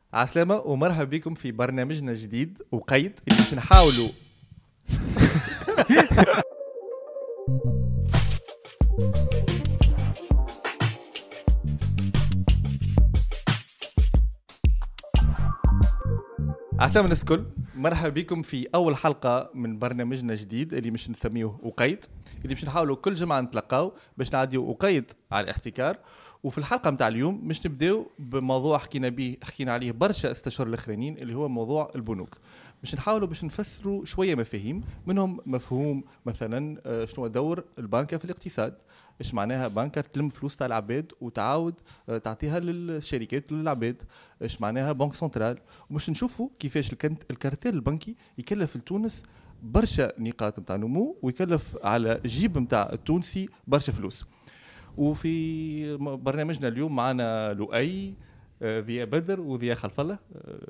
عسلامة ومرحبا بكم في برنامجنا الجديد وقيد اللي باش نحاولوا عسلامة الناس الكل. مرحبا بكم في أول حلقة من برنامجنا الجديد اللي مش نسميه وقيد، اللي باش نحاولوا كل جمعة نتلقاو باش نعديو وقيد على الاحتكار. وفي الحلقة متاع اليوم باش نبداو بموضوع حكينا عليه برشا استشهار الاخرانيين اللي هو موضوع البنوك. باش نحاولوا باش نفسروا شوية مفاهيم، منهم مفهوم مثلا شنو دور البنكة في الاقتصاد، ايش معناها بنكة تلم فلوس تاع العباد وتعاود تعطيها للشركات للعباد، ايش معناها بنك سنترال. ومش نشوفوا كيفاش الكارتيل البنكي يكلف لتونس برشا نقاط نتاع نمو ويكلف على جيب نتاع التونسي برشا فلوس. وفي برنامجنا اليوم معنا لؤي، ذيا بدر وذيا خلف الله.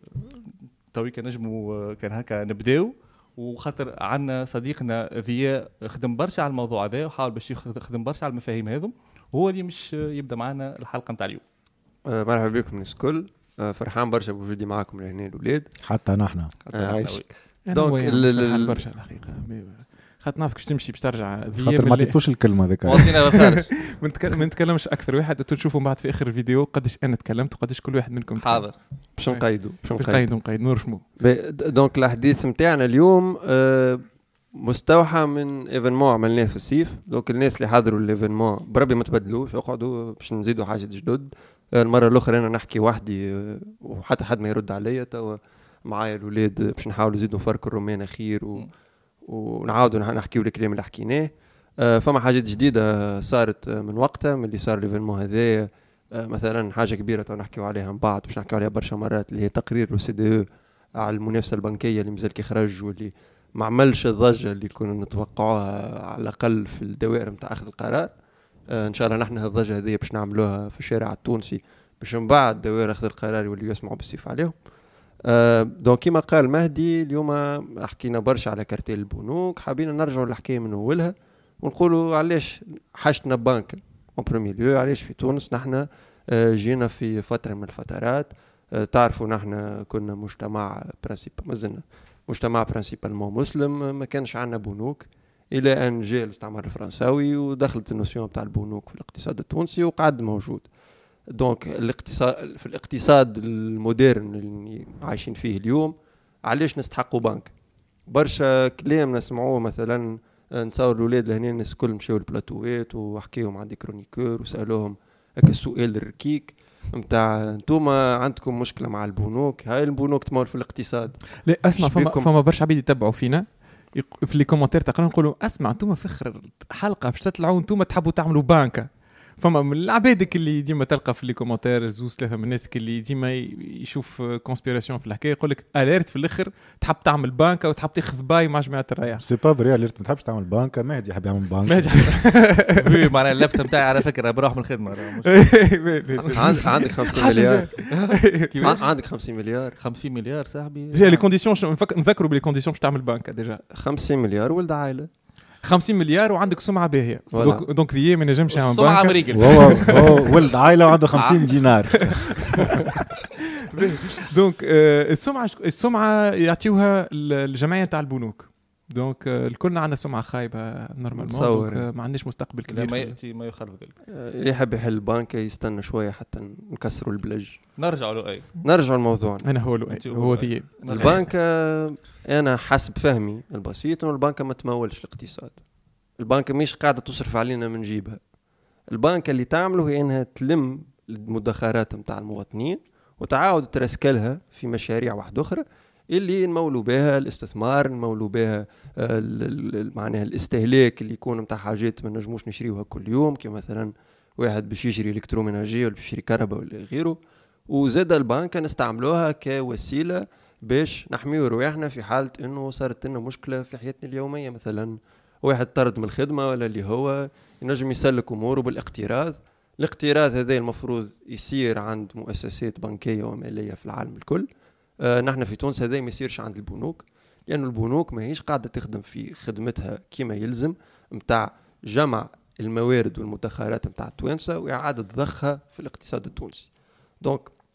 توي كان نجموا كان هكا نبداو، وخاطر عنا صديقنا ذيا خدم برشا على الموضوع هذا وحاول باش يخدم برشا على المفاهيم هذم، وهو اللي مش يبدا معنا الحلقه نتاع اليوم. مرحبا بكم الناس الكل. فرحان برشا بوجودي معكم لهنا الاولاد. حتى نحن عايش. دونك برشا الحقيقه خاطر نعرفك باش تمشي باش ترجع خاطر ما عطيتوش الكلمه ذيك وعطينا ما فارش ما نتكلمش اكثر واحد تشوفوا بعد في اخر الفيديو قداش انا تكلمت وقداش كل واحد منكم حاضر باش نقيدوا نقيد نرشموا. دونك الحديث نتاعنا اليوم مستوحى من ايفينمون عملناه في الصيف. دونك الناس اللي حضروا الايفينمون بربي ما تبدلوش، اقعدوا باش نزيدوا حاجه جدد. المره الاخرى انا نحكي وحدي وحتى حد ما يرد عليا. توا معايا الاولاد باش نحاولوا نزيدوا فرق الرومان خير ونعاودوا نحكيوا الكلام اللي حكيناه. فما حاجات جديده صارت من وقتها، من اللي صار ليفينمون هذايا. مثلا حاجه كبيره تو نحكيوا عليها من بعد، باش نحكيوا عليها برشا مرات، اللي هي تقرير OCDE على المنافسه البنكيه اللي مازال كي خرج واللي ما عملش الضجه اللي كنا نتوقعوها على الاقل في الدوائر نتاع اخذ القرار. ان شاء الله نحن الضجه هذه باش نعملوها في الشارع التونسي باش من بعد دوائر اخذ القرار يوليوا يسمعوا بالسيف عليهم. دونك كما قال مهدي اليوم حكينا برشا على كارتيل البنوك، حابين نرجعوا للحكايه من اولها ونقولوا علاش حاجتنا بنك اون بريمي ليو، علاش في تونس نحن جينا في فتره من الفترات. تعرفوا نحن كنا مجتمع مازلنا مجتمع برانسيبالمون مسلم، ما كانش عندنا بنوك الى ان جاء الاستعمار الفرنساوي ودخلت النوسيون تاع البنوك في الاقتصاد التونسي وقعد موجود. دونك الاقتصاد في الاقتصاد المودرن اللي عايشين فيه اليوم علاش نستحقوا بنك؟ برشا كلام نسمعوه، مثلا نتصور الاولاد لهنا الناس الكل مشاو البلاتوات وحكيهم عندي كرونيكور وسالوهم هكا السؤال الركيك نتاع انتوما عندكم مشكله مع البنوك، هاي البنوك تمول في الاقتصاد. لا اسمع، فما برشا عبيد يتبعوا فينا في لي كومونتير تقرا نقولوا اسمع انتوما في اخر حلقه باش تطلعوا انتوما تحبوا تعملوا بنكه. فما من العبادك اللي ديما تلقى في لي كومونتير زوز ثلاثه من الناس اللي ديما يشوف كونسبيراسيون في الحكايه يقول لك اليرت في الاخر تحب تعمل بانكه وتحب تاخذ باي مع جماعه الرياح. سي با فري اليرت ما تحبش تعمل بانكه، مهدي يحب يعمل بانكه. معناها اللبسه نتاعي على فكره بروح من الخدمه. عندك 50 مليار عندك 50 مليار 50 مليار صاحبي. هي لي كونديسيون نذكروا بلي كونديسيون باش تعمل بانكه ديجا 50 مليار ولد عائله 50 مليار وعندك سمعه باهيه. دونك ذي ما نجمش يعمل بنك. سمعه امريكي هو ولد عائله وعنده 50 دينار. دونك السمعه يعطيوها الجمعيه تاع البنوك. دونك الكلنا عندنا سمعه خايبه نورمالمون، دونك ما عندناش مستقبل كبير. ما ياتي ما يخالف ذلك. اللي يحب يحل البنك يستنى شويه حتى نكسروا البلج. نرجعوا له اي نرجعوا الموضوع. انا هو ذي البنك. انا حسب فهمي البسيط انه البنك ما تمولش الاقتصاد. البنك مش قاعده تصرف علينا من جيبها. البنك اللي تعمله هي انها تلم المدخرات نتاع المواطنين وتعاود ترسكلها في مشاريع واحده اخرى اللي نمولوا بها الاستثمار، نمولوا بها معناها الاستهلاك اللي يكون نتاع حاجات ما نجموش نشريوها كل يوم، كما مثلا واحد باش يشري الكتروميناجي ولا باش يشري كهرباء ولا غيره. وزاد البنك نستعملوها كوسيله باش نحميو رواحنا في حاله انه صارت لنا مشكله في حياتنا اليوميه، مثلا واحد طرد من الخدمه ولا اللي هو ينجم يسلك اموره بالاقتراض. الاقتراض هذا المفروض يصير عند مؤسسات بنكيه وماليه في العالم الكل. نحن في تونس هذا ما يصيرش عند البنوك، لأن البنوك ما هيش قاعدة تخدم في خدمتها كما يلزم متاع جمع الموارد والمدخرات متاع التوانسة وإعادة ضخها في الاقتصاد التونسي. دونك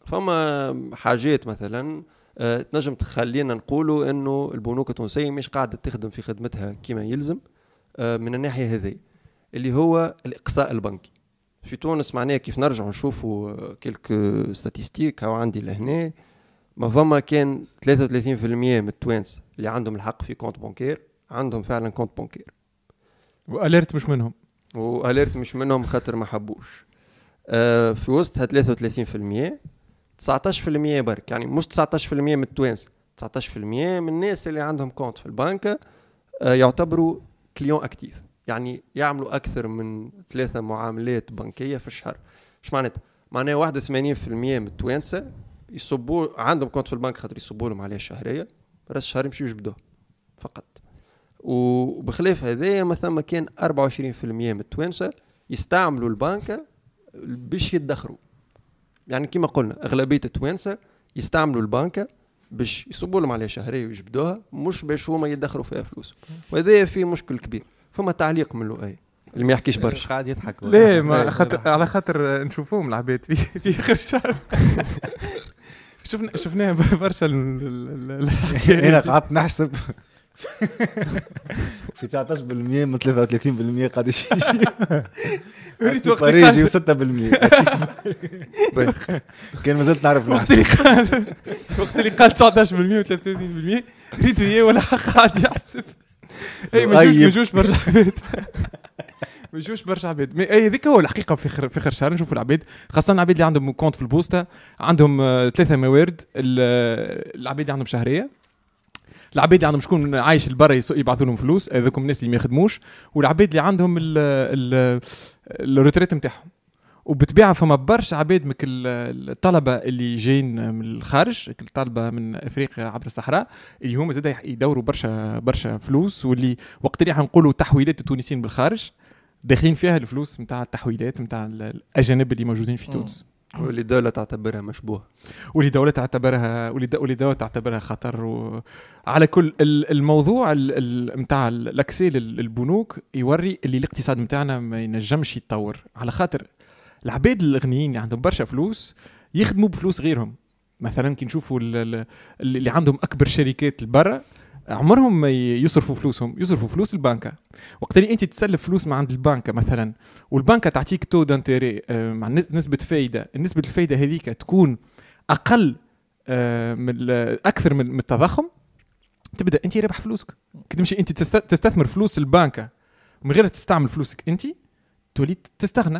فما حاجات مثلا تنجم تخلينا نقولوا انه البنوك التونسيه مش قاعده تخدم في خدمتها كما يلزم من الناحيه هذه اللي هو الاقصاء البنكي. في تونس معناها كيف نرجع نشوفوا كيلكو ستاتيستيك هاو عندي لهنا، ما فما كان 33% من التوانسه اللي عندهم الحق في كونت بانكير عندهم فعلا كونت بانكير، واليرت مش منهم، واليرت مش منهم خاطر ما حبوش. في وسطها 33% 19% برك، يعني مش 19% من التوانسه، 19% من الناس اللي عندهم كونت في البنك يعتبروا كليون اكتيف، يعني يعملوا اكثر من 3 معاملات بنكيه في الشهر. ايش معناتها؟ معناها 81% من التوانسه يصبوا عندهم كونت في البنك خاطر يصبوا لهم عليه الشهريه، راس الشهر يمشيو يجبدوه فقط. وبخلاف هذا مثلا كان 24% من التوانسه يستعملوا البنك باش يدخروا، يعني كما قلنا اغلبيه التوانسه يستعملوا البنك باش يصبوا لهم عليه شهريه ويجبدوها، مش باش هما يدخروا فيها فلوس، وهذا فيه مشكل كبير. فما تعليق من لؤي اللي ما يحكيش برشا قاعد يضحك ليه ما خاطر على خاطر نشوفوهم العباد في اخر الشهر شفناه برشا انا قعدت نحسب في 19% من 33% قاعد يجي وريت وقت باريجي و6% كان مازلت نعرف وقت اللي قال 19% و33% ريت اياه ولا قاعد يحسب. اي ما جوش برشا عباد ما جوش برشا عباد. اي هذيك هو الحقيقه في اخر شهر نشوفوا العباد، خاصه العباد اللي عندهم كونت في البوسطه عندهم 3 موارد. العباد اللي عندهم شهريه، العباد اللي عندهم شكون عايش البرا يبعثوا لهم فلوس، هذوكم الناس اللي ما يخدموش، والعباد اللي عندهم الروتريت نتاعهم. وبالطبيعه فما برشا عباد من الطلبه اللي جايين من الخارج، الطلبه من افريقيا عبر الصحراء، اللي هم زاد يدوروا برشا فلوس، واللي وقت اللي حنقولوا تحويلات التونسيين بالخارج داخلين فيها الفلوس نتاع التحويلات نتاع الاجانب اللي موجودين في تونس، واللي الدولة تعتبرها مشبوه، واللي دولة تعتبرها خطر. على كل الموضوع نتاع الاكسي للبنوك يوري اللي الاقتصاد نتاعنا ما ينجمش يتطور، على خاطر العباد الغنيين اللي عندهم برشا فلوس يخدموا بفلوس غيرهم. مثلا كي نشوفوا اللي عندهم اكبر شركات البرا عمرهم ما يصرفوا فلوسهم، يصرفوا فلوس البنكة. وقت اللي انت تسلف فلوس من عند البنكة مثلا، والبنكة تعطيك تو دانتيري مع نسبة فايدة، نسبة الفايدة هذيك تكون اقل اكثر من التضخم، تبدا انت ربح فلوسك. كي تمشي انت تستثمر فلوس البنكة من غير تستعمل فلوسك انت، تولي تستغنى.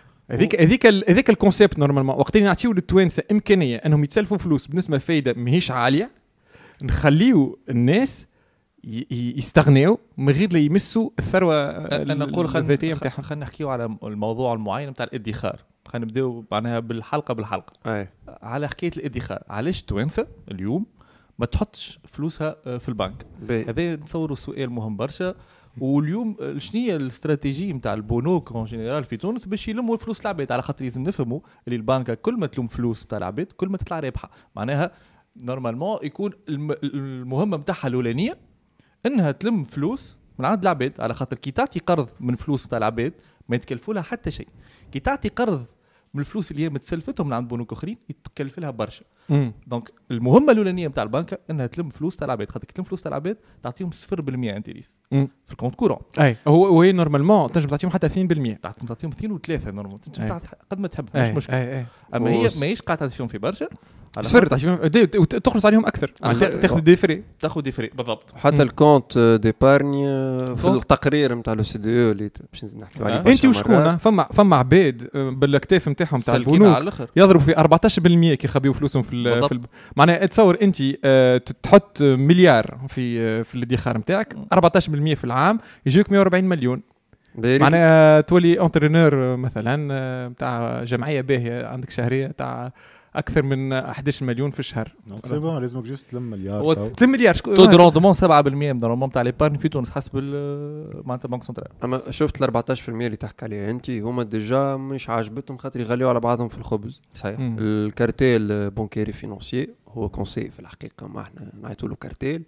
هذيك الكونسيبت نورمالمون. وقت اللي نعطيو للتوانسه امكانيه انهم يتسلفوا فلوس بنسبه فايده ماهيش عاليه، نخليو الناس يستغنيوا من غير لا يمسوا الثروه الذاتيه نتاعهم. خلينا نحكيو على الموضوع المعين نتاع الادخار. خلينا نبداو معناها بالحلقه على حكايه الادخار. علاش التوانسه اليوم ما تحطش فلوسها في البنك؟ هذا نتصوروا سؤال مهم برشا. واليوم شنو هي الاستراتيجيه نتاع البنوك اون جينيرال في تونس باش يلموا فلوس العباد؟ على خاطر لازم نفهموا اللي البنكه كل ما تلم فلوس نتاع العباد كل ما تطلع رابحه. معناها نورمالمون يكون المهمه نتاعها الاولانيه انها تلم فلوس من عند العباد، على خاطر كي تعطي قرض من فلوس نتاع العباد ما يتكلفوا لها حتى شيء. كي تعطي قرض من الفلوس اللي هي متسلفتهم من عند بنوك اخرين يتكلف لها برشا. دونك المهمه الاولانيه نتاع البنكه انها تلم فلوس تاع العباد، خاطر تلم فلوس تاع العباد تعطيهم 0% انتريس في الكونت كورون. اي هو نورمالمون تنجم تعطيهم حتى 2%، تعطيهم 2 و3 نورمال قد ما تحب، مش مشكل. اما هي ماهيش قاعده تعطيهم في برشا صفر، تخلص عليهم اكثر، تاخذ ديفري بالضبط. حتى الكونت ديبارني في التقرير نتاع لو سي دي او اللي باش نحكيو عليه انت وشكون فما عباد بالاكتاف نتاعهم تاع البنوك يضربوا في 14% كي يخبيوا فلوسهم في معناها تصور انت تحط مليار في الادخار نتاعك، 14% في العام يجيك 140 مليون. معناها تولي انترينور مثلا نتاع جمعيه باهيه عندك شهريه تاع اكثر من 11 مليون في الشهر. سيبون لازمك جوست 3 مليار. 3 مليار تو دو روندمون 7% من الروندمون تاع ليبارن في تونس حسب معناتها البنك سنترال. اما شفت ال 14% اللي تحكي عليها انت هما ديجا مش عاجبتهم خاطر يغليوا على بعضهم في الخبز. صحيح. الكارتيل بونكيري فينانسيي هو كونسي في الحقيقه، ما احنا نعيطوا له كارتيل.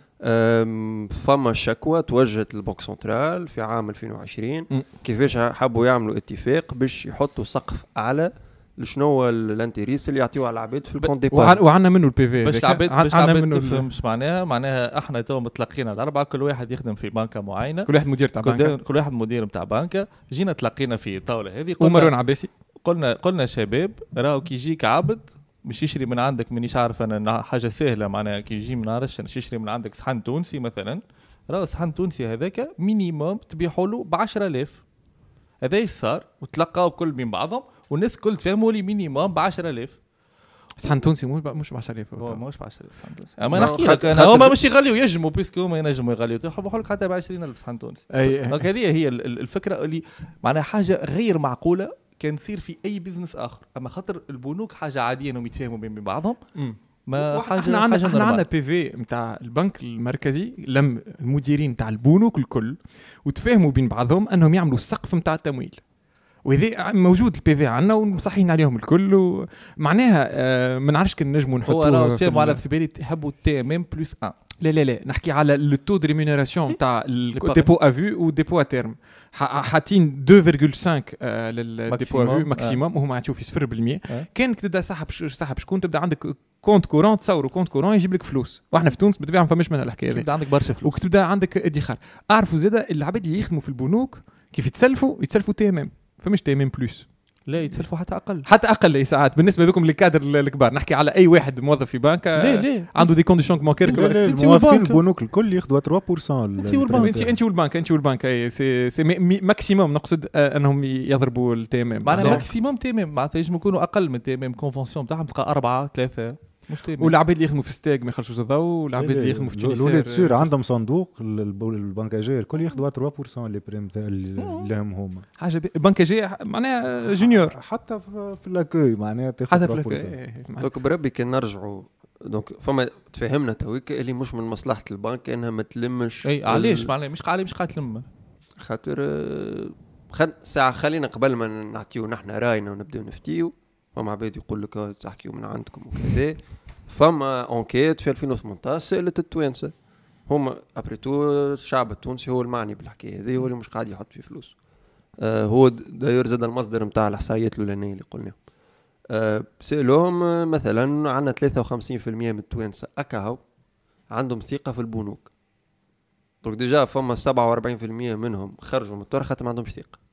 فما شكوى توجهت للبنك سنترال في عام 2020 كيفاش حبوا يعملوا اتفاق باش يحطوا سقف اعلى شنو هو الانتريس اللي يعطيوه على العباد في الكونت دي وعندنا منه البي في باش العباد تفهم مش معناها احنا تو متلقينا الاربعه كل واحد يخدم في بنكه معينه، كل واحد مدير تاع بنكه، كل واحد مدير نتاع بنكه. جينا تلقينا في الطاوله هذه ومروان عباسي قلنا شباب راهو كي يجيك عبد مش يشري من عندك مانيش عارف انا حاجه سهله معناها كي يجي من عرش يشري من عندك صحن تونسي مثلا، راهو صحن تونسي هذاك مينيموم تبيعوا له ب 10,000. هذا صار وتلقاو كل بين بعضهم والناس كل تفهموا لي مينيموم ب 10,000. صحن تونسي مش ب 10,000 مش ب 10,000 صحن تونسي. اما نحكي لك انا هما مش يغليوا يجموا بيسكو هما ينجموا يغليوا يحبوا لك حتى ب 20,000 صحن تونسي. دونك هذه هي الفكره اللي معناها حاجه غير معقوله كان تصير في اي بزنس اخر، اما خاطر البنوك حاجه عاديه انهم يتفاهموا بين بعضهم. ما حاجه احنا عندنا بي في نتاع البنك المركزي لم المديرين نتاع البنوك الكل وتفاهموا بين بعضهم انهم يعملوا السقف نتاع التمويل، وهذا موجود البي في عندنا ومصحين عليهم الكل. ومعناها ما نعرفش كان نجموا نحطوه في على في بالي تحبوا تي ام ام بلس 1. لا نحكي على لو تو دو ريمونيراسيون تاع الديبو افو وديبو ا تيرم، حاطين 2.5 للديبو افو ماكسيموم وهما يعطيو في 0%. كان تبدا سحب شكون تبدا عندك كونت كورون، تصوروا كونت كورون يجيب لك فلوس، واحنا في تونس بالطبيعه ما فماش منها الحكايه هذه، تبدا عندك برشا فلوس وتبدا عندك ادخار. اعرفوا زاده العباد اللي يخدموا في البنوك كيف يتسلفوا تي ام ام، فماش تي ام ام بلس، لا يتسلفوا حتى اقل اي ساعات بالنسبه لكم الكادر الكبار. نحكي على اي واحد موظف في بنك عنده دي كونديشن بانكير. الموظفين البنوك الكل ياخذوا 3%. انت والبنك سي ماكسيموم نقصد انهم يضربوا التي ام ام. معناها ماكسيموم تي ام ام معناتها يجموا يكونوا اقل من تي ام ام كونفونسيون تاعهم تلقى 4 3 والعباد اللي يخدموا في ستاج ما يخرجوش الضوء، والعباد اللي يخدموا في تونس الولاد سور عندهم صندوق البنكاجير الكل ياخذوا 3% اللي بريم اللي هم حاجه بنكاجير معناها جونيور حتى في لاكوي معناها تاخذ 3%. دونك بربي كان نرجعوا دونك فما تفهمنا تويك اللي مش من مصلحه البنك انها ما تلمش. اي علاش معناها مش قاعد تلم خاطر ساعه خلينا قبل ما نعطيو نحن راينا ونبداو نفتيو فما عباد يقول لك تحكيو من عندكم وكذا. فما انكيت في 2018 سالت التوانسه هما ابريتو الشعب التونسي هو المعني بالحكايه هذه، هو اللي مش قاعد يحط فيه فلوس. هو داير زاد المصدر نتاع الاحصائيات الاولانيه اللي قلناهم. سالوهم مثلا عندنا 53% من التوانسه اكاهو عندهم ثقه في البنوك. دونك ديجا فما 47% منهم خرجوا من الطرح خاطر ما عندهمش ثقه.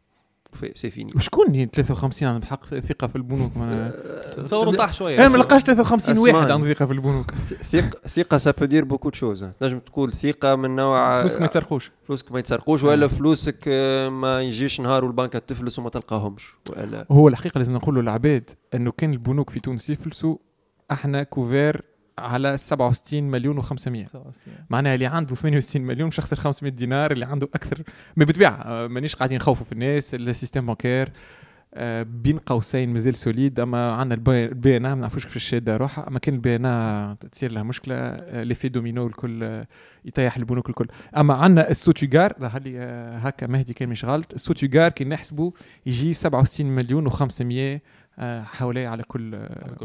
سي فيني. وشكون 53 عندهم بحق ثقه في البنوك؟ تصوروا طاح شويه ما لقاش 53 واحد عنده ثقه في البنوك. ثقه سا بو دير بوكو تشوز. تنجم تقول ثقه من نوع فلوسك ما يتسرقوش ولا فلوسك ما يجيش نهار والبنكه تفلس وما تلقاهمش. ولا هو الحقيقه لازم نقولوا للعباد انه كان البنوك في تونس يفلسوا احنا كوفير على 67 مليون و500. معناها اللي عنده 68 مليون مش يخسر 500 دينار، اللي عنده اكثر ما بالطبيعه مانيش قاعدين نخوفوا في الناس. السيستم بانكير بين قوسين مازال سوليد، اما عندنا البي ان ما نعرفوش كيف الشاده روحها. اما كان البي ان تصير لها مشكله ليفي دومينو الكل يطيح البنوك الكل. اما عندنا السوتوغار ظهر لي هكا مهدي كان مش غلط، السوتوغار كي نحسبوا يجي 67 مليون و500 حوالي على كل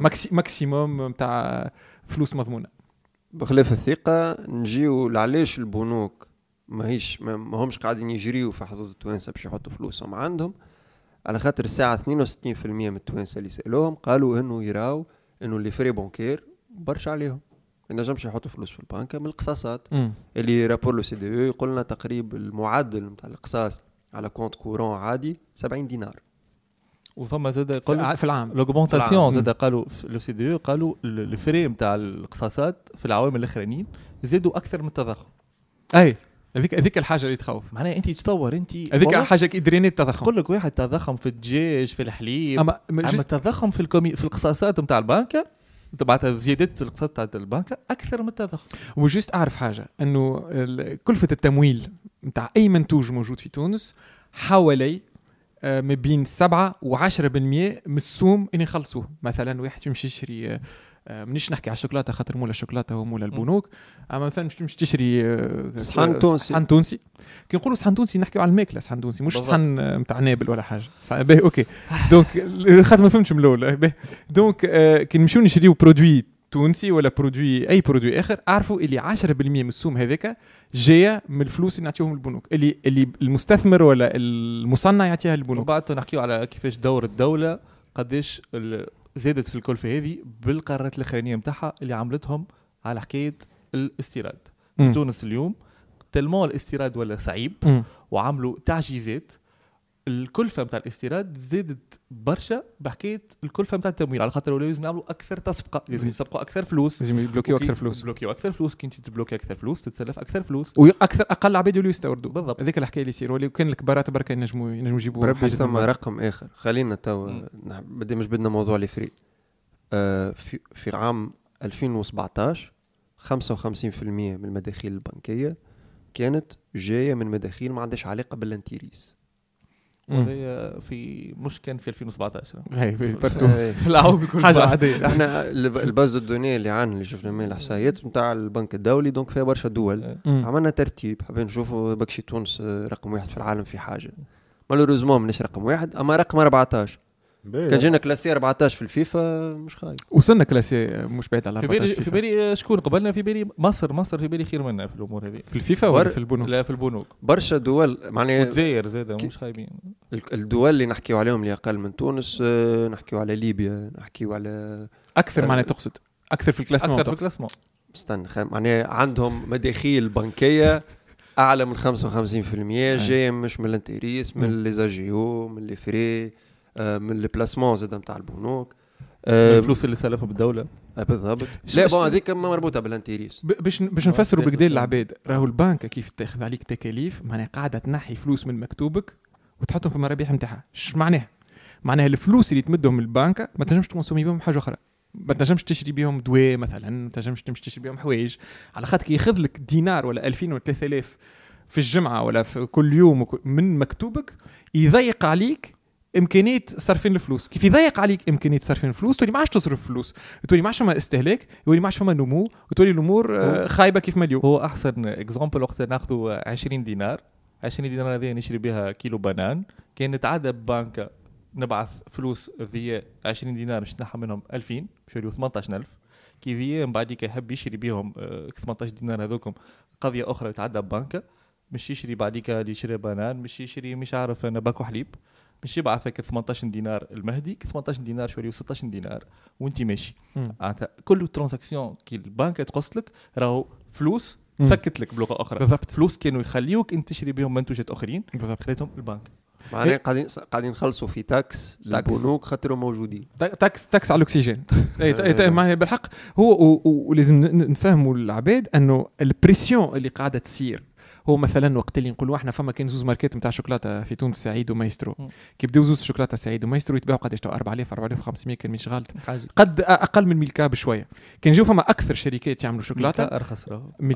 ماكسيموم نتاع فلوس مضمونه. بخلاف الثقه نجيو لعلاش البنوك ما همش قاعدين يجريوا في حظوظ التوانسه باش يحطوا فلوسهم عندهم. على خاطر الساعه 62% من التوانسه اللي سالوهم قالوا انه يراو انه اللي فري بانكير برشا عليهم، ما نجمش يحطوا فلوس في البنك من القصاصات. اللي رابور لو سي دي او يقول لنا تقريبا المعدل نتاع القصاص على كونت كورون عادي 70 دينار. وفما زاد يقول في العام لوغمونطاسيون زاد قالوا لو سي دي او قالوا الفري نتاع القصاصات في العوامل الاخرانيين زادوا اكثر من التضخم. اي هذيك الحاجه اللي تخوف. معناها انت تصور انت هذيك حاجه كيدريني التضخم. يقول لك واحد تضخم في الدجاج في الحليب، اما التضخم في القصاصات نتاع البنكه تبعت زياده الاقتصاد تاع البنكه اكثر من التضخم. وجست اعرف حاجه انه كلفه التمويل نتاع اي منتوج موجود في تونس حوالي ما بين 7 و10% من السوم اللي يخلصوه. مثلا واحد يمشي يشري منيش نحكي على الشوكولاته خاطر مولا الشوكولاته هو مولا البنوك، اما مثلا تمشي تشري صحن تونسي كي نقولوا صحن تونسي نحكيو على الماكله صحن تونسي مش صحن نتاع نابل ولا حاجه. باهي اوكي دونك خاطر ما فهمتش من الاول. دونك كي نمشيو نشريو برودوي تونسي ولا اي برودوي اخر اعرفوا اللي 10% من السوم هذاك جايه من الفلوس اللي نعطيوهم البنوك، اللي المستثمر ولا المصنع يعطيها البنوك. وبعد نحكيو على كيفاش دور الدوله قداش زادت في الكلفه هذه بالقرارات الاخرانيه نتاعها اللي عملتهم على حكايه الاستيراد. تونس اليوم تلمو الاستيراد ولا صعيب وعملوا تعجيزات. الكلفه نتاع الاستيراد زادت برشا بحكايه الكلفه نتاع التمويل، على خاطر لازم يعملوا اكثر تسبقه، لازم يسبقوا اكثر فلوس، لازم يبلوكيو اكثر فلوس كي انت تبلوكي اكثر فلوس تتسلف اكثر فلوس واكثر اقل عباد يوليو يستوردوا. بالضبط هذيك الحكايه اللي يصير، ولو كان الكبارات بركه ينجموا يجيبوا بربي ثم رقم اخر. خلينا تو مش بدنا موضوع لي فري. في عام 2017 55% من المداخيل البنكيه كانت جايه من مداخيل ما عندهاش علاقه بالانتيريس. وهي في مش كان في 2017 هاي في العام بكل حاجه عاديه. احنا الباز الدوني اللي عندنا اللي شفنا من الاحصائيات نتاع البنك الدولي دونك فيها برشا دول. عملنا ترتيب حابين نشوفوا بكشي تونس رقم 1 في العالم في حاجه. مالوريزمون مانيش رقم 1 اما رقم 14. كان جينا كلاسي 14 في الفيفا مش خايف. وصلنا كلاسي مش بعيد على 14 في بالي شكون قبلنا؟ في بالي مصر في بالي خير منا في الامور هذه. في الفيفا ولا في البنوك؟ لا في البنوك. برشا دول معناها الجزائر زاده مش خايبين. الدول اللي نحكيو عليهم اللي اقل من تونس نحكيو على ليبيا، نحكيو على اكثر معناها تقصد اكثر في الكلاسمون. اكثر في الكلاسمون استنى معناها عندهم مداخيل بنكيه اعلى من 55% جايه مش من الانتيريس، من لي زاجيو، من لي فري، من البلاسمون زاد نتاع البنوك، الفلوس اللي سلفها بالدوله. بالضبط. لا بون هذيك مربوطه بالانتيريس. باش نفسروا بكدا للعباد. راهو البنك كيف تاخذ عليك تكاليف معناها قاعده تنحي فلوس من مكتوبك وتحطهم في المرابح نتاعها. ايش معناها؟ معناها الفلوس اللي تمدهم من البنك ما تنجمش تكونسومي بهم حاجه اخرى، ما تنجمش تشري بهم دواء مثلا، ما تنجمش تشري بهم حوايج، على خاطر كي ياخذ لك دينار ولا 2000 ولا 3000 في الجمعه ولا في كل يوم من مكتوبك يضيق عليك امكانيه صرفين الفلوس. كيف يضيق عليك امكانيه صرفين الفلوس تولي ما عادش تصرف فلوس، تولي ما عادش فما استهلاك، تولي ما عادش فما نمو، وتولي الامور خايبه كيف ما اليوم. هو احسن اكزامبل وقت ناخذوا 20 دينار هذه نشري بها كيلو بنان، كانت عاده ببنكه نبعث فلوس ذي 20 دينار باش نحى منهم 2000 باش يوليو 18000 كي ذي من بعديك يحب يشري بهم 18 دينار هذوكم قضيه اخرى يتعدى ببنكه، مش يشري بعديك اللي يشري بنان، مش يشري مش عارف انا باكو حليب، مش يبعثك 18 دينار المهدي 18 دينار شويه 16 دينار وانت ماشي. كل ترانزاكسيون كي البنك تقص لك راهو فلوس تفكت لك بلغه اخرى. بالضبط. فلوس كانوا يخليوك انت تشري بهم منتوجات اخرين خذيتهم البنك. معناها قاعدين نخلصوا في تاكس للبنوك خاطرهم موجودين. تاكس على الاكسجين. معناها بالحق هو ولازم نفهموا العباد انه البريسيون اللي قاعده تصير. هو مثلا وقت اللي نقولوا احنا فما كان زوز ماركات نتاع شوكولاته في تونس سعيد ومايسترو، كي بداو زوز شوكولاته سعيد ومايسترو يتباعوا قداش 4000 4500 كان مش غلط، قد اقل من ميلكا بشويه. كان يجوا فما اكثر شركات يعملوا شوكولاته ارخص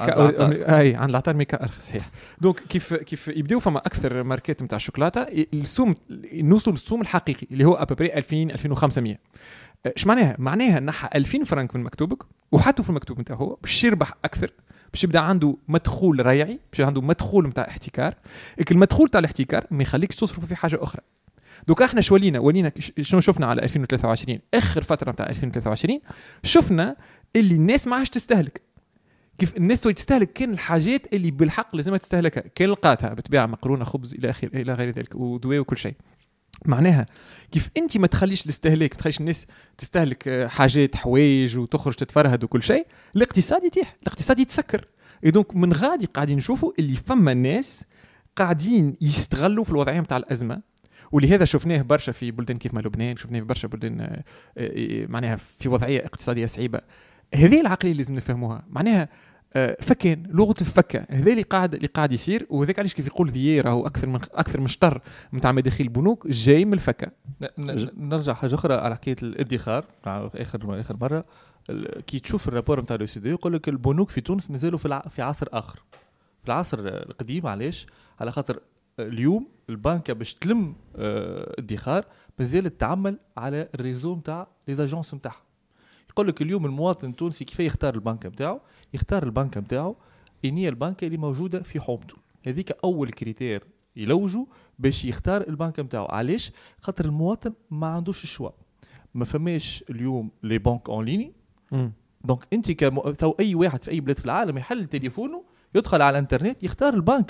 ميلكا اي عن العطار ميلكا ارخص صحيح. دونك كيف يبداو فما اكثر ماركات نتاع شوكولاته السوم نوصلوا للسوم الحقيقي اللي هو ابري 2000 2500. ايش معناها نحى 2000 فرنك من مكتوبك وحطوا في المكتوب نتاعو هو باش يربح اكثر، باش يبدا عنده مدخول ريعي، باش عنده مدخول نتاع احتكار. المدخول تاع الاحتكار ما يخليكش تصرف في حاجه اخرى. دوك احنا ولينا شنو شفنا على 2023 اخر فتره نتاع 2023 شفنا اللي الناس ما عادش تستهلك. كيف الناس تستهلك كان الحاجات اللي بالحق لازمها تستهلكها، كان لقاتها بتبيع مقرونه خبز الى غير ذلك ودواء وكل شيء. معناها كيف انت ما تخليش الاستهلاك، ما تخليش الناس تستهلك حاجات حوايج وتخرج تتفرهد وكل شيء، الاقتصاد يتيح، الاقتصاد يتسكر. دونك من غادي قاعدين نشوفوا اللي فما ناس قاعدين يستغلوا في الوضعيه نتاع الازمه، ولهذا شفناه برشا في بلدان كيف ما لبنان، شفناه في برشا بلدان معناها في وضعيه اقتصاديه صعيبه. هذه العقليه اللي لازم نفهموها. معناها فكان لغه الفكه هذا اللي قاعد يصير، وهذاك علاش كيف يقول ذي راهو اكثر من شطر نتاع مداخيل البنوك جاي من الفكه. نرجع حاجه اخرى على حكايه الادخار. اخر مره كي تشوف الرابور نتاع الOCDE يقول لك البنوك في تونس مازالوا في عصر اخر، في العصر القديم. علاش؟ على خاطر اليوم البنكه باش تلم ادخار مازالت تعمل على الريزو نتاع لي زاجونس نتاعها. يقول لك اليوم المواطن التونسي كيف يختار البنكه نتاعو؟ يختار البنكه نتاعو هي البنكه اللي موجوده في حومته. هذيك اول كريتير يلوجوا باش يختار البنكه نتاعو. علاش؟ خاطر المواطن ما عندوش الشوا، ما فماش اليوم لي بنك اون ليني. دونك انت تو اي واحد في اي بلاد في العالم يحل تليفونه يدخل على الانترنت يختار البنكه.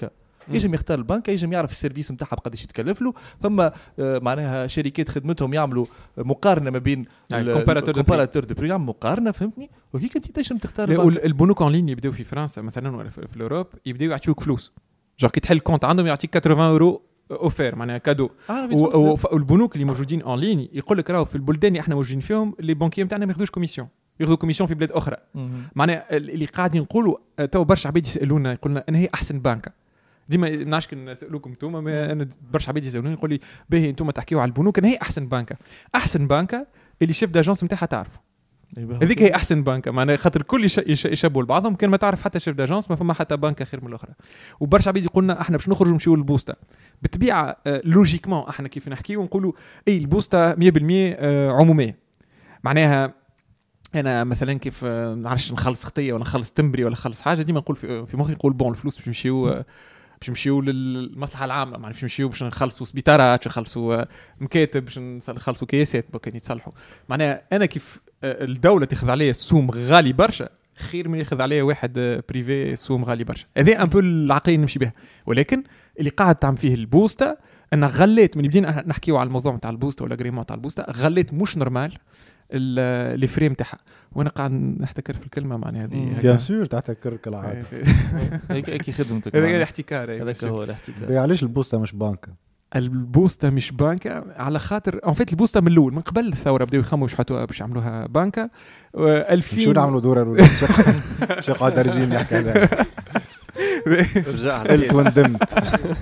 يجم يختار البنكه، يجم يعرف السيرفيس نتاعها بقداش يتكلف له. فما معناها شركات خدمتهم يعملوا مقارنه ما بين كومباراتور دو بري، مقارنه فهمتني، وهيك انت تنجم تختار البنوك اون لين يبداو في فرنسا مثلا ولا في الاوروب يبداو يعطيوك فلوس، جور كي تحل كونت عندهم يعطيك 80 اورو اوفير معناها كادو. والبنوك اللي موجودين اون لين يقول لك راهو في البلدان اللي احنا موجودين فيهم لي بانكير نتاعنا ما ياخذوش كوميسيون، ياخذوا كوميسيون في بلاد اخرى. معناها اللي قاعدين نقولوا تو برشا عباد يسالونا يقولنا انا هي احسن بنكه، ديما نعرفش كي نسالوكم انتم، انا برشا عباد يسالوني يقول لي باهي انتم تحكيوا على البنوك، انا هي احسن بنكه. احسن بنكه اللي شيف داجونس نتاعها تعرفوا، هذيك هي احسن بنكه. معناها خاطر الكل يشبهوا لبعضهم، كان ما تعرف حتى شيف داجونس ما فما حتى بنكه خير من الاخرى. وبرشا عباد يقولنا احنا باش نخرجوا نمشيو للبوسطه بالطبيعه لوجيكمون، احنا كيف نحكيو ونقولوا اي البوسطه 100% عموميه. معناها انا مثلا كيف نعرفش نخلص خطيه ولا نخلص تمبري ولا نخلص حاجه، ديما نقول في مخي نقول بون الفلوس باش نمشيو للمصلحه العامه، معناها باش نمشيو باش نخلصوا سبيطارات، باش نخلصوا مكاتب، باش نخلصوا كياسات كان يتصلحوا. معناها انا كيف الدوله تاخذ عليا السوم غالي برشا خير من ياخذ عليا واحد بريفي سوم غالي برشا. هذا ان بو العقليه نمشي بها. ولكن اللي قاعد تعمل فيه البوسطه انا غليت من بدينا نحكيو على الموضوع نتاع البوسطه ولا غريمون تاع البوسطه، غليت مش نورمال لي فريم تاعها. وانا قاعد نحتكر في الكلمه معناها هذه بيان سور تحتكر كالعاده. هيك خدمتك، هذا الاحتكار، هذاك هو الاحتكار. علاش البوسطه مش بنكه؟ البوسطه مش بنكه على خاطر ان فيت البوسطه من الاول من قبل الثوره بداو يخموا باش يعملوها بنكه. 2000 شو نعملوا دوره الولاد شو قاعد ارجين نحكي عليها. رجعت وندمت.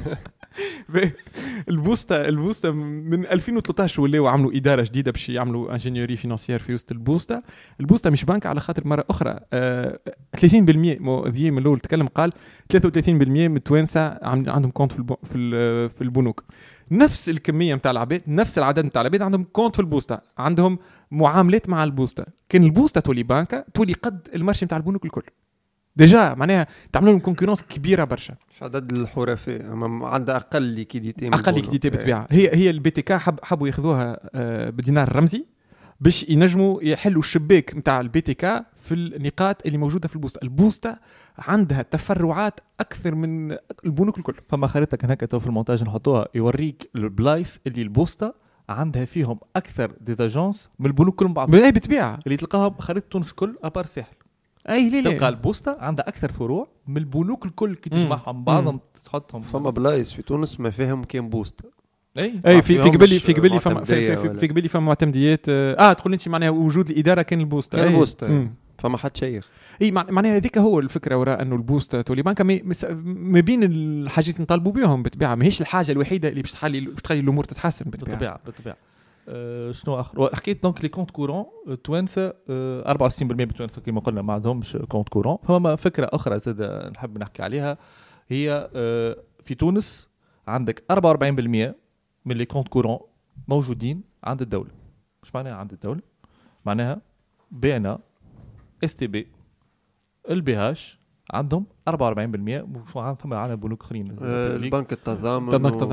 البوسطه من 2013 ولاو عملوا اداره جديده باش يعملوا انجينيوري فينانسيير في وسط البوسطه مش بنك على خاطر مره اخرى 30% مؤذيه من الاول تكلم قال 33% من التوانسه عندهم كونت في البنوك. نفس الكميه نتاع العباد، نفس العدد نتاع العباد عندهم كونت في البوسطه، عندهم معاملات مع البوسطه. كان البوسطه تولي بنكه تولي قد المارشي نتاع البنوك الكل ديجا، معناها تعملوا لهم كونكورونس كبيره برشا. عدد الحرفاء عندها اقل ليكيديتي، بالطبيعه. هي البي تي كا حبوا ياخذوها بالدينار الرمزي باش ينجموا يحلوا الشباك نتاع البي تي كا في النقاط اللي موجوده في البوسطه. البوسطه عندها تفرعات اكثر من البنوك الكل. فما خريطه كان هكا تو في المونتاج نحطوها يوريك البلايص اللي البوسطه عندها فيهم اكثر ديزاجونس من البنوك كلهم بعض. بالطبيعه اللي تلقاهم خريطه تونس الكل ابار ساحل. اي ليه تلقى البوسطه عندها اكثر فروع من البنوك الكل كي تجمعهم بعضهم تحطهم. فما بلايص في تونس ما فيهم كان بوسطه. اي في قبلي فما معتمديات. تقول انت معناها وجود الاداره كان البوسطه. فما حد شيخ. اي معناها هذيك هو الفكره وراء انه البوسطه تولي بنكه ما بين الحاجات اللي نطالبوا بهم بالطبيعه، ماهيش الحاجه الوحيده اللي باش تخلي الامور تتحسن بالطبيعه. شنو اخر حكيت دونك لي كونت كورون توانسه 64% بالتوانسه كما قلنا ما عندهمش كونت كورون. فما فكره اخرى زاد نحب نحكي عليها، هي في تونس عندك 44% من لي كونت كورون موجودين عند الدوله. مش معناها عند الدوله، معناها بي ان ا اس تي بي البي هاش عندهم 44%. فما عندنا بنوك اخرين البنك التضامن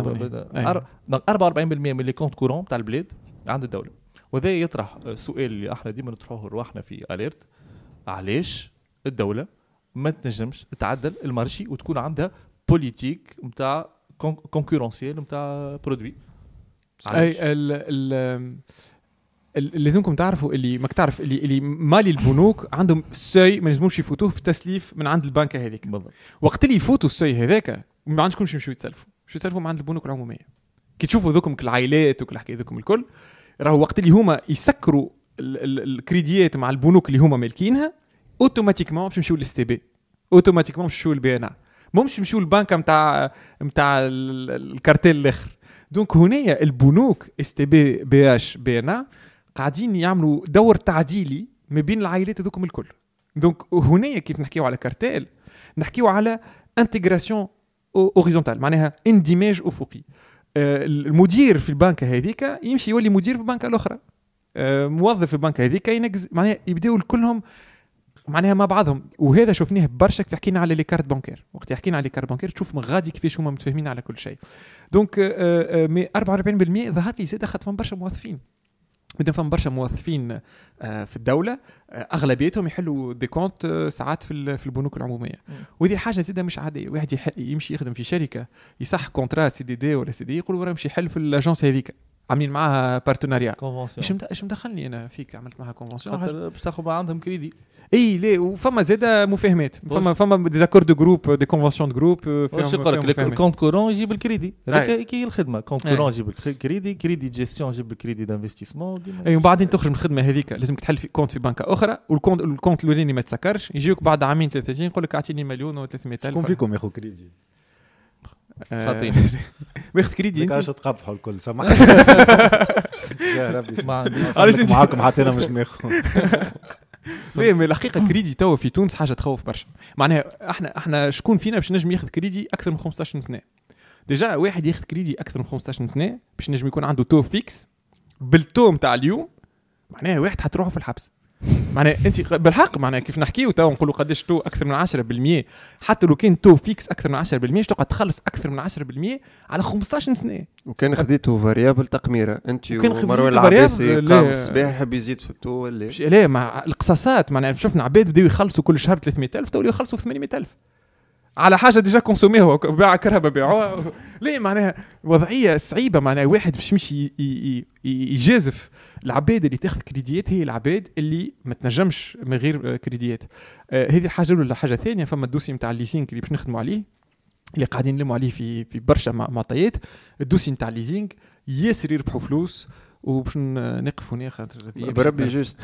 44% من لي كونت كورون تاع البلاد عند الدوله. وذا يطرح السؤال اللي احنا ديما نطرحوه لروحنا في اليرت، علاش الدوله ما تنجمش تعدل المارشي وتكون عندها بوليتيك نتاع كونكورونسيال نتاع برودوي. اي لازمكم تعرفوا اللي ماك تعرف اللي مالي البنوك عندهم سي ما لازموش يفوتوه في التسليف من عند البنكه هذيك. وقت اللي يفوتوا السي هذاك ما عندكمش يمشيو يتسلفوا من عند البنوك العموميه. كي تشوفوا ذوكم العائلات وكل حكايه ذوكم الكل، راهو وقت اللي هما يسكروا الكريديات مع البنوك اللي هما مالكينها اوتوماتيكمون باش يمشيو للاس تي بي، اوتوماتيكمون باش يمشيو للبي ان ا، مش يمشيو للبنكه نتاع الكارتيل الاخر. دونك هنايا البنوك اس تي بي بي اش بي ان ا قاعدين يعملوا دور تعديلي ما بين العائلات هذوكم الكل. دونك هنايا كيف نحكيو على كارتيل نحكيو على انتجراسيون اوريزونتال، معناها اندماج افقي. المدير في البنكه هذيك يمشي يولي مدير في البنكه الاخرى، موظف في البنكه هذيك ينقز، معناها يبداو كلهم معناها مع بعضهم. وهذا شفناه برشا كيف حكينا على لي كارت بانكير. وقت حكينا على لي كارت بانكير تشوف من غادي كيفاش هما متفاهمين على كل شيء. دونك 44% ظهر لي زاد اخذ فهم برشا موظفين مادام فما برشا موظفين في الدوله اغلبيتهم يحلوا دي كونت ساعات في البنوك العموميه. وهذه الحاجه زيدا مش عاديه. واحد يمشي يخدم في شركه يصح كونترا سي دي دي ولا سي دي يقول ورا نمشي يحل في الاجونس هذيك عاملين معاها بارتناريا. ايش مدخلني انا فيك عملت معها كونفونسيون باش تاخذ عندهم كريدي. اي ليه وفما زاده مفاهمات فما ديزاكور دو جروب دي كونفونسيون دو جروب. واش يقول لك الكونت كورون يجيب الكريدي هذيك هي الخدمه. كونت كورون يجيب الكريدي كريدي جيستيون يجيب الكريدي دانفستيسمون. اي وبعدين تخرج من الخدمه هذيك لازمك تحل في كونت في بنكه اخرى والكونت الاولاني ما تسكرش يجيوك بعد عامين 3 سنين يقول لك اعطيني 1,300,000. شكون فيكم ياخذ كريدي؟ خاطيني واخد كريدي انت انت علاش تقبحوا الكل سامحني يا ربي ما عنديش علاش معاكم حتى انا مش ماخذ. ليه من الحقيقه كريدي تو في تونس حاجه تخوف برشا. معناها احنا شكون فينا باش نجم ياخذ كريدي اكثر من 15 سنه؟ ديجا واحد ياخذ كريدي اكثر من 15 سنه باش نجم يكون عنده تو فيكس بالتو نتاع اليوم. معناها واحد حتروحوا في الحبس. معناها انت بالحق معناها كيف نحكيو تو نقولوا قداش تو اكثر من 10% حتى لو كان تو فيكس اكثر من 10% تقعد تخلص اكثر من 10% على 15 سنه. وكان خديته فاريابل تقميره انت ومروان العباسي قام الصباح يحب يزيد في التو ولا لا مع القصاصات. معناها شفنا عباد بداو يخلصوا كل شهر 300,000 تو يخلصوا 800,000 على حاجه ديجا كونسوميوها باع كرهبه باعوها. ليه معناها وضعيه صعيبه. معناها واحد باش يمشي يجازف العباد اللي تاخذ كريديات هي العباد اللي ما تنجمش من غير كريديات. هذه الحاجه الاولى. الحاجه الثانيه فما الدوسي نتاع الليسينغ اللي باش نخدموا عليه اللي قاعدين نلموا عليه في برشا معطيات. الدوسي نتاع الليسينغ ياسر يربحوا فلوس وباش نقفوا ناخذ بربي جوست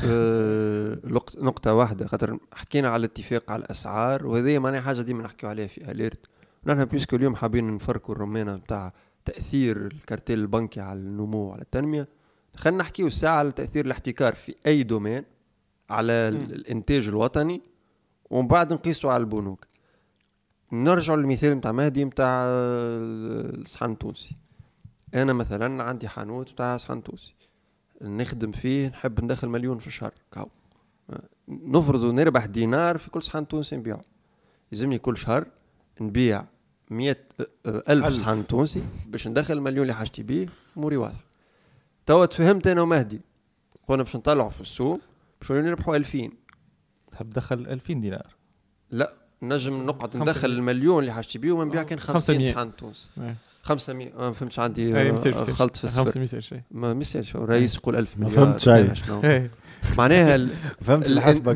نقطة واحدة خاطر حكينا على الاتفاق على الأسعار وهذه معناها حاجة ديما نحكيو عليها في أليرت. نحن بيسكو اليوم حابين نفركوا الرمانة نتاع تأثير الكارتيل البنكي على النمو وعلى التنمية. خلينا نحكيو الساعة على تأثير الاحتكار في أي دومين على الإنتاج الوطني ومن بعد نقيسوا على البنوك. نرجع للمثال نتاع مهدي نتاع الصحن التونسي. أنا مثلا عندي حانوت نتاع صحن تونسي نخدم فيه نحب ندخل 1,000,000 في الشهر كاو. نفرضوا نربح دينار في كل صحن تونسي نبيعه. يلزمني كل شهر نبيع 100,000 صحن تونسي باش ندخل 1,000,000 اللي حاجتي بيه. موري واضح. توا تفهمت أنا ومهدي قلنا باش نطلعوا في السوق باش نربحوا 2,000. تحب تدخل 2,000 دينار؟ لا نجم نقعد ندخل 1,000,000 اللي حاجتي بيه ونبيع كان 50 صحن تونسي. 500 ما فهمتش عندي خلط في السفر. 500 شيء ما مثالش الرئيس يقول 1,000 مليار. ما فهمت شيء. معناها فهمت الحسبة.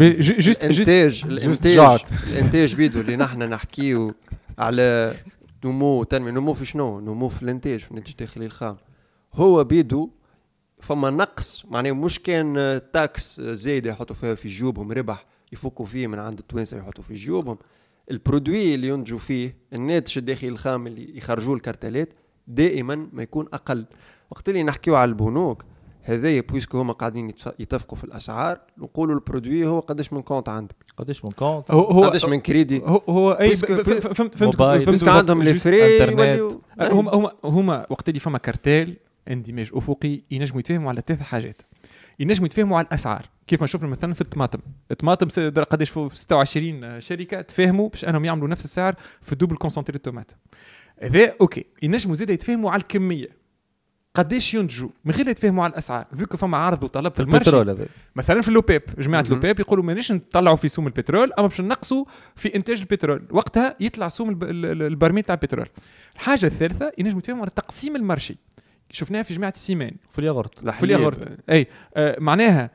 الانتاج بيدو اللي نحن نحكيو على نمو تنمية. نمو في شنو؟ نمو في الانتاج في الانتاج الداخلي الخام. هو بيدو فما نقص. معناه مش كان تاكس زايد يحطوا فيها في جيوبهم ربح يفكوا فيه من عند التوانسه يحطوا في جيوبهم. البرودوي اللي ينتجوا فيه الناتج الداخلي الخام اللي يخرجوا الكارتلات دائما ما يكون اقل. وقت اللي نحكيو على البنوك هذايا بويسكو هما قاعدين يتفقوا في الاسعار نقولوا البرودوي هو قداش من كونت عندك قداش من كونت قداش من كريدي هو اي فهمت عندهم لي فري. هما وقت اللي فما كارتيل اندماج افقي ينجموا يتفاهموا على 3 حاجات. ينجموا يتفاهموا على الاسعار كيف ما شفنا مثلا في الطماطم قداش في 26 شركه تفاهموا باش انهم يعملوا نفس السعر في دوبل كونسنتري الطماط. هذا اوكي. ينجموا زيد يتفاهموا على الكميه قداش ينتجوا من غير يتفاهموا على الاسعار. فيكو فما عرض وطلب في المارشي مثلا في اللوبيب جماعه اللوبيب يقولوا مانيش نطلعوا في سوم البترول اما باش نقصوا في انتاج البترول. وقتها يطلع سوم البرميل تاع البترول. الحاجه الثالثه ينجموا يتفاهموا على تقسيم المارشي. شفناها في جماعه السيمان في الياغورت اي معناها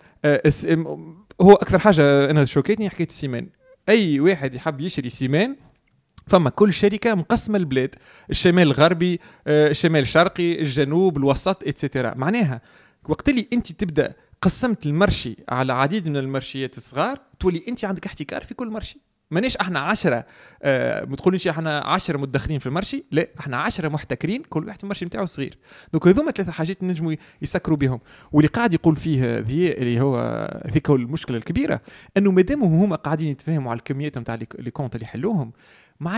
هو اكثر حاجه انا شوكيتني حكايه السيمان. اي واحد يحب يشري سيمان فما كل شركه مقسمه البلاد الشمال الغربي الشمال الشرقي الجنوب الوسط اتسيتيرا. معناها وقت اللي انت تبدا قسمت المرشي على عديد من المرشيات الصغار تولي انت عندك احتكار في كل مرشي. مانيش احنا 10 ما تقوليش احنا 10 متدخلين في المرشي. لا احنا 10 محتكرين كل واحد في المرشي نتاعو صغير. دونك هذوما 3 حاجات نجموا يسكروا بهم. واللي قاعد يقول فيه ذي اللي هو ذيك المشكله الكبيره انه مادام هما قاعدين يتفاهموا على الكميات نتاع لي كونت اللي يحلوهم ما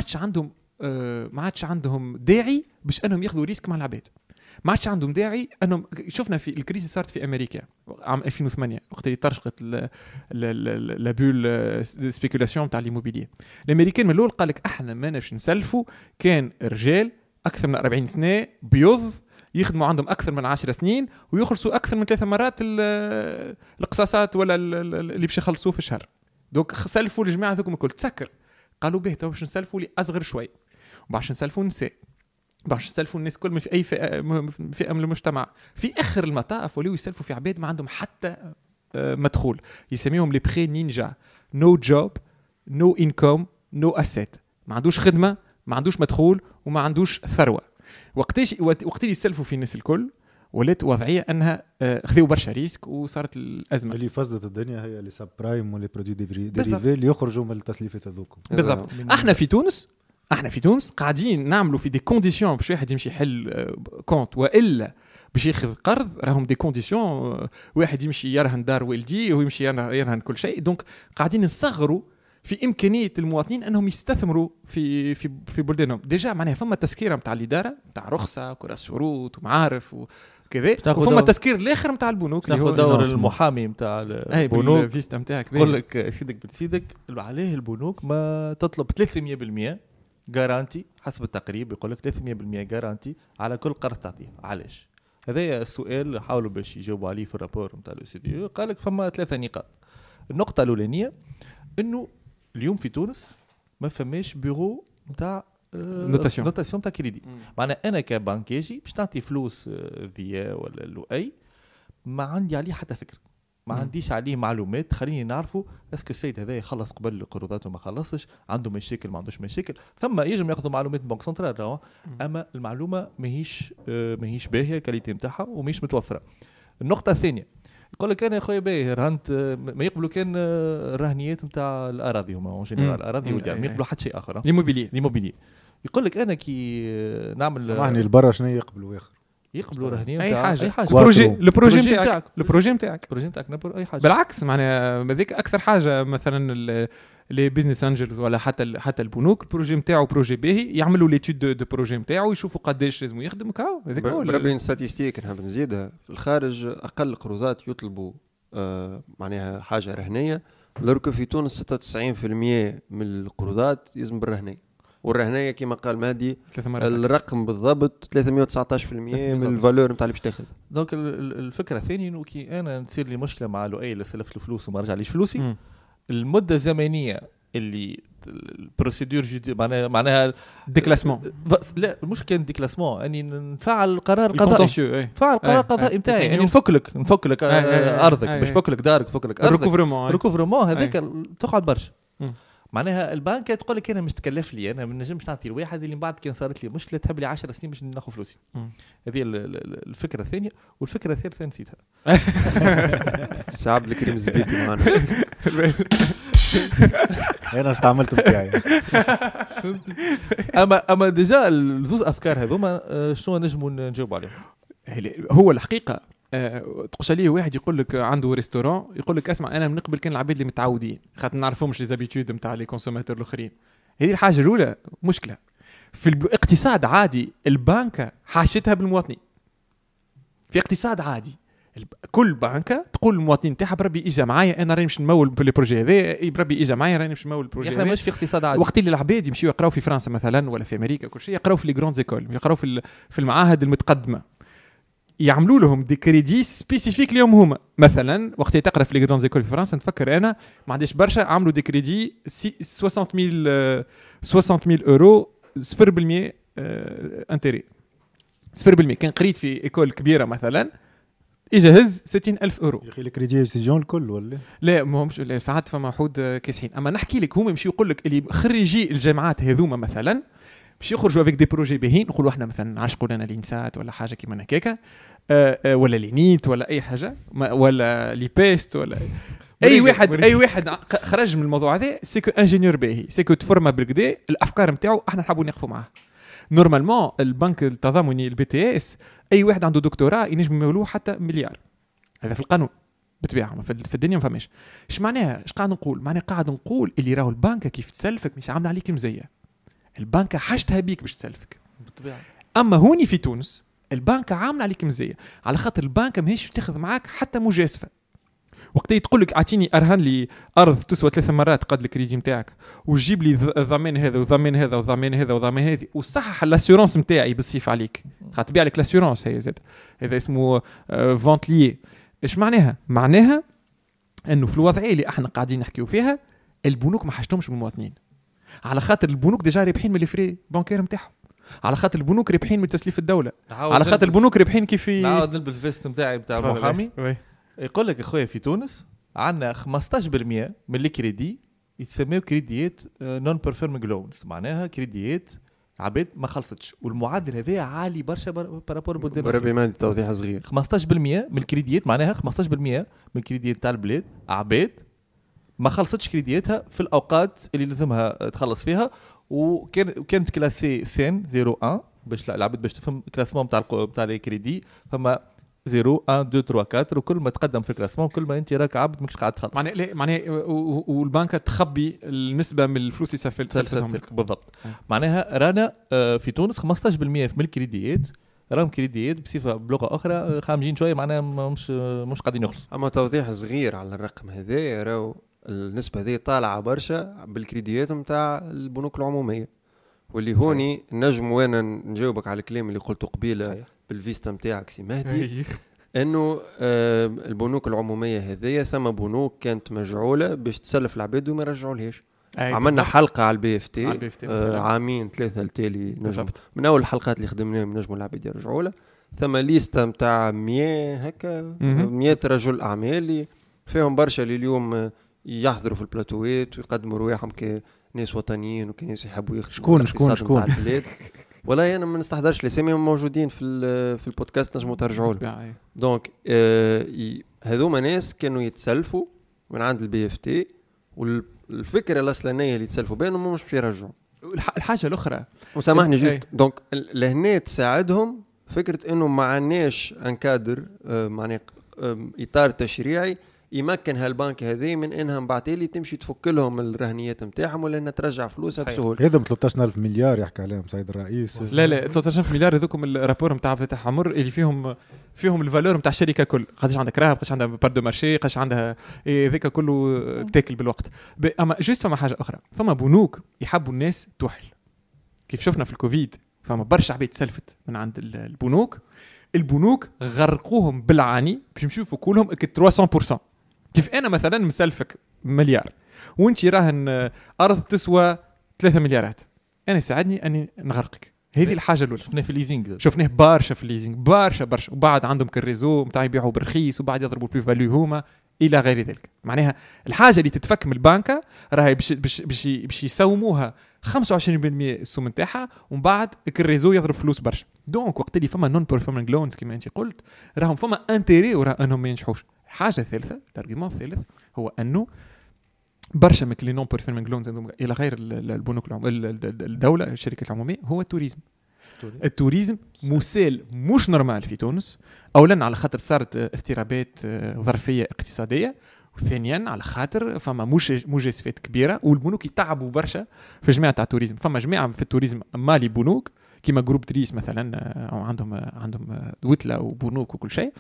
عادش عندهم داعي باش انهم ياخذوا ريسك مع العباد. ما عادش عندهم داعي انهم شفنا في الكريزي صارت في امريكا عام 2008 وقت اللي طرشقت لا بول سبيكولاسيون تاع ليموبيليه. الامريكان من الاول قال لك احنا ما نمش نسلفوا كان رجال اكثر من 40 سنه بيض يخدموا عندهم اكثر من 10 سنين ويخلصوا اكثر من 3 مرات القصاصات ولا اللي باش يخلصوه في الشهر. دونك سلفوا الجماعه هذوكم الكل. تسكر قالوا به تو باش نسلفوا لي اصغر شوي وباش نسلفوا النساء باش نسلفوا الناس كل من في اي فئه من المجتمع. في اخر المطاف وليو يسلفوا في عباد ما عندهم حتى مدخول، يسميهم لي بري نينجا، نو جوب نو انكم نو اسيت، ما عندوش خدمه ما عندوش مدخول وما عندوش ثروه. وقت يسلفوا في الناس الكل ولات وضعيه انها خذوا برشا ريسك وصارت الازمه. اللي فزت الدنيا هي لي سب برايم ولي برودوي ديريفي اللي يخرجوا من التسليفات هذوكم. بالضبط. احنا في تونس قاعدين نعملوا في دي كونديسيون باش واحد يمشي يحل كونت والا باش ياخذ قرض، راهم دي كونديسيون واحد يمشي يرهن دار والديه ويمشي يرهن كل شيء. دونك قاعدين نصغروا في امكانيه المواطنين انهم يستثمروا في بلدانهم. ديجا معناها فما تسكيره نتاع الاداره نتاع رخصه كراس شروط ومعارف وكذا، وفما تسكير الاخر نتاع البنوك اللي هو دور المحامي نتاع البنوك. الفيستا نتاعك يقول لك سيدك عليه البنوك ما تطلب 300% جارانتي حسب التقريب، يقول لك 300% جارانتي على كل قرض تعطيه. علاش؟ هذا السؤال حاولوا باش يجاوبوا عليه في الرابور نتاع الاو سي دي. قال لك فما 3 نقاط. النقطه الاولانيه انه اليوم في تونس ما فماش بيرو نتاع نوتاسيون نتاع كريدي. معناها انا كبنكاجي باش نعطي فلوس ذيا ولا لؤي ما عندي عليه حتى فكره، ما عنديش عليه معلومات تخليني نعرفوا اسكو السيد هذا يخلص قبل قروضاته ما خلصش، عنده مشاكل ما عندوش مشاكل. ثم يجم ياخذوا معلومات من بنك سنترال اما المعلومه ماهيش باهيه كاليتي نتاعها وماهيش متوفره. النقطه الثانيه يقول لك انا يا خويا باهي رهنت، ما يقبلوا كان الرهنيات نتاع الاراضي، هما اون جينيرال الاراضي وديار ما يقبلوا حتى شيء اخر. ليموبيلي يقول لك انا كي نعمل سامحني البرا شنو يقبلوا يقبلوا رهنيه اي حاجه البروجي نتاعك اي حاجه. بالعكس معناها هذيك اكثر حاجه مثلا لي بيزنس انجلز ولا حتى البنوك البروجي نتاعو بروجي باهي يعملوا ليتود دو بروجي نتاعو يشوفوا قداش لازم يخدم كاو. هذيك هو بربي ستاتستيك نحب نزيدها. في الخارج اقل قروضات يطلبوا معناها حاجه رهنيه، لركو في تونس 96% من القروضات يلزم بالرهنيه. والرهنيه كما قال مهدي الرقم بالضبط 319% من الفالور نتاع اللي باش تاخذ. دونك الفكره الثانيه انه كي انا تصير لي مشكله مع لؤي اللي سلفت له فلوس وما رجعليش فلوسي، المده الزمنيه اللي البروسيدور معناها ديكلاسمون، لا مش كان ديكلاسمون اني نفعل قرار قضائي، فعل قرار قضائي نتاعي يعني نفك لك ارضك باش نفك لك دارك نفك لك ارضك. الريكوفرمون هذاك تقعد برشا. معناها البنك تقول لك انا مش تكلف لي، انا ما نجمش نعطي لواحد اللي من بعد كان صارت لي مشكله تهب لي 10 سنين باش ناخذ فلوسي. هذه الفكره الثانيه. والفكره الثالثه نسيتها. صعب الكريم الزبيدي معنا. انا استعملت بتاعي. اما ديجا الزوز افكار هذوما شنو نجموا نجاوب عليهم؟ هو الحقيقه تقولش ليه واحد يقول لك عنده ريستوران يقول لك اسمع انا بنقبل كان العباد اللي متعودين خاطر نعرفهمش لي زابيتود نتاع لي كونسوماتور الاخرين. هذه الحاجه الاولى مشكله في الاقتصاد عادي. البنكه حاشتها بالمواطنين. في اقتصاد عادي كل بنكه تقول للمواطنين تاعها بربي اجا معايا انا راني نمشي نمول بالبروجي هذا، بربي اجا معايا راني نمشي نمول البروجي هذا. احنا مش في اقتصاد عادي. وقت اللي العباد يمشيو يقراو في فرنسا مثلا ولا في امريكا كل شيء يقراو في لي غروند زيكول، يقراو في المعاهد المتقدمه، يعملوا لهم دي كريدي سبيسيفيك ليهم هما. مثلا وقت تقرا في لي غروند زيكول في فرنسا نتفكر انا ما عنديش برشا عملوا دي كريدي 60000 اورو 0% انتري 0%. كان قريت في ايكول كبيره مثلا يجهز 60000 اورو. يا اخي الكريدي ستيجون الكل ولا لا ماهمش ساعات فما حود كاسحين. اما نحكي لك هما يمشيو يقول لك اللي خريجي الجامعات هذوما مثلا باش يخرجوا افيك دي بروجي باهين، نقولوا احنا مثلا عشقوا لنا لينسات ولا حاجه كيما هكاكا ولا لينيت ولا اي حاجه ولا لي بيست ولا اي واحد خرج من الموضوع هذا سيكو انجينيور باهي سيكو تفورما بالكدا الافكار نتاعو احنا نحبوا نقفوا معاه. نورمالمون البنك التضامني البي تي اس اي واحد عنده دكتوراه ينجم يمولوه حتى مليار. هذا في القانون بطبيعه في الدنيا ما فماش. ايش معناها؟ ايش قاعد نقول؟ معناها قاعد نقول اللي راهو البنك كيف تسلفك مش عامله عليك مزيه. البنك حاجتها بيك باش تسلفك بالطبيعه. اما هوني في تونس البنك عامله عليك مزيه على خاطر البنك ماهيش تاخذ معاك حتى مجازفه. وقت تقول لك اعطيني ارهن لي ارض تسوى 3 مرات قد الكريدي نتاعك وتجيب لي ضمان هذا وضمان هذا وضمان هذا وضمان هذه وصحح الاسيورونس نتاعي بالصيف عليك خاطر تبيع لك الاسيورونس هي زاد هذا اسمه فونتلي. ايش معناها؟ معناها انه في الوضعيه اللي احنا قاعدين نحكيو فيها البنوك ما حاجتهمش من المواطنين على خاطر البنوك ديجا رابحين من الفري بانكير نتاعهم على خاطر البنوك رابحين من تسليف الدوله على خاطر البنوك رابحين كيف نعاود نلبس الفيست نتاعي بتاع محامي يقول لك اخويا في تونس عندنا 15% من الكريدي يتسميو كريديات نون بيرفورمينغ لونز معناها كريديات عباد ما خلصتش والمعدل هذا عالي برشا بارابور بلدان بربي ما عندي توضيح صغير 15% من الكريديات معناها 15% من الكريديات تاع البلاد عباد ما خلصتش كريدياتها في الاوقات اللي لازمها تخلص فيها وكانت كلاسي سين 01 باش العباد باش تفهم الكلاسمون تاع الكريدي فما 0 1 2 3 4 وكل ما تقدم في الكلاسمون كل ما انت راك عبد ماكش قاعد تخلص معناها والبنكه تخبي النسبه من الفلوس اللي سلفتهم بالضبط. معناها رانا في تونس 15% من الكريديات راهم كريديات بصفه بلغه اخرى خامجين شويه معناها مش قاعدين يخلصوا. اما توضيح صغير على الرقم هذا راهو النسبه هذه طالعه برشا بالكريديات نتاع البنوك العموميه واللي هوني نجم وانا نجاوبك على الكلام اللي قلته قبيله بالفيستا نتاعك سي مهدي انه البنوك العموميه هذيا ثم بنوك كانت مجعوله باش تسلف العباد وما يرجعولهاش. عملنا حلقه على البي اف تي عامين 3 التالي نجم من اول الحلقات اللي خدمناهم نجموا العباد يرجعوا له ثم ليستا نتاع 100 هكا 100 رجل اعمال اللي فيهم برشا اللي اليوم يحضروا في البلاتوات ويقدموا رواحهم كناس وطنيين وكناس يحبوا يخدموا شكون البلاد. والله انا ما نستحضرش الاسامي موجودين في البودكاست نجموا ترجعوا له. دونك هذوما ناس كانوا يتسلفوا من عند البي اف تي والفكره الاصلانيه اللي يتسلفوا بينهم مش باش يرجعوا. الحاجه الاخرى وسامحني جوست دونك لهنا تساعدهم فكره انه ما عندناش انكادر معناها اطار تشريعي يمكن هالبنك هذه من انها مبعتالي تمشي تفك لهم الرهنيات نتاعهم ولا انها ترجع فلوسها بسهوله. هذا 13,000 مليار يحكي عليهم سيد الرئيس. لا 13,000 مليار هذوكم الرابور نتاع فتح عمر اللي فيهم الفالور نتاع الشركه كل قداش عندك راهب قداش عندها باردو مارشي قداش عندها ذيك كله تاكل بالوقت. اما جوست فما حاجه اخرى فما بنوك يحبوا الناس توحل كيف شفنا في الكوفيد فما برشا عباد تسلفت من عند البنوك غرقوهم بالعاني باش نشوفوا كلهم 300%. كيف انا مثلا مسلفك مليار وانت راهن ارض تسوى 3 مليارات انا يساعدني اني نغرقك. هذه الحاجه الاولى شفناه في الليزينغ شفناه برشا في الليزينغ برشا وبعد عندهم كالريزو نتاع يبيعوا برخيص وبعد يضربوا البلو فاليو هما الى غير ذلك. معناها الحاجه اللي تتفك من البنكه راهي باش يسوموها 25% السوم نتاعها ومن بعد الريزو يضرب فلوس برشا. دونك وقت اللي فما نون بيرفورمينغ لونز كما انت قلت راهم فما انتيري وراه انهم ما ينجحوش. حاجه ثالثه الارغيومون الثالث هو انه برشا من لي نون بيرفورمينغ لونز الى غير البنوك الدوله الشركات العموميه هو التوريزم موسال مش نورمال في تونس. اولا على خاطر صارت اضطرابات ظرفيه اقتصاديه وثانيا على خاطر فما مجازفات كبيره والبنوك يتعبوا برشا في جماعه تاع التوريزم. فما جماعه في التوريزم مالي بنوك كيما جروب تريس مثلا عندهم دوتلا وبنوك وكل شيء.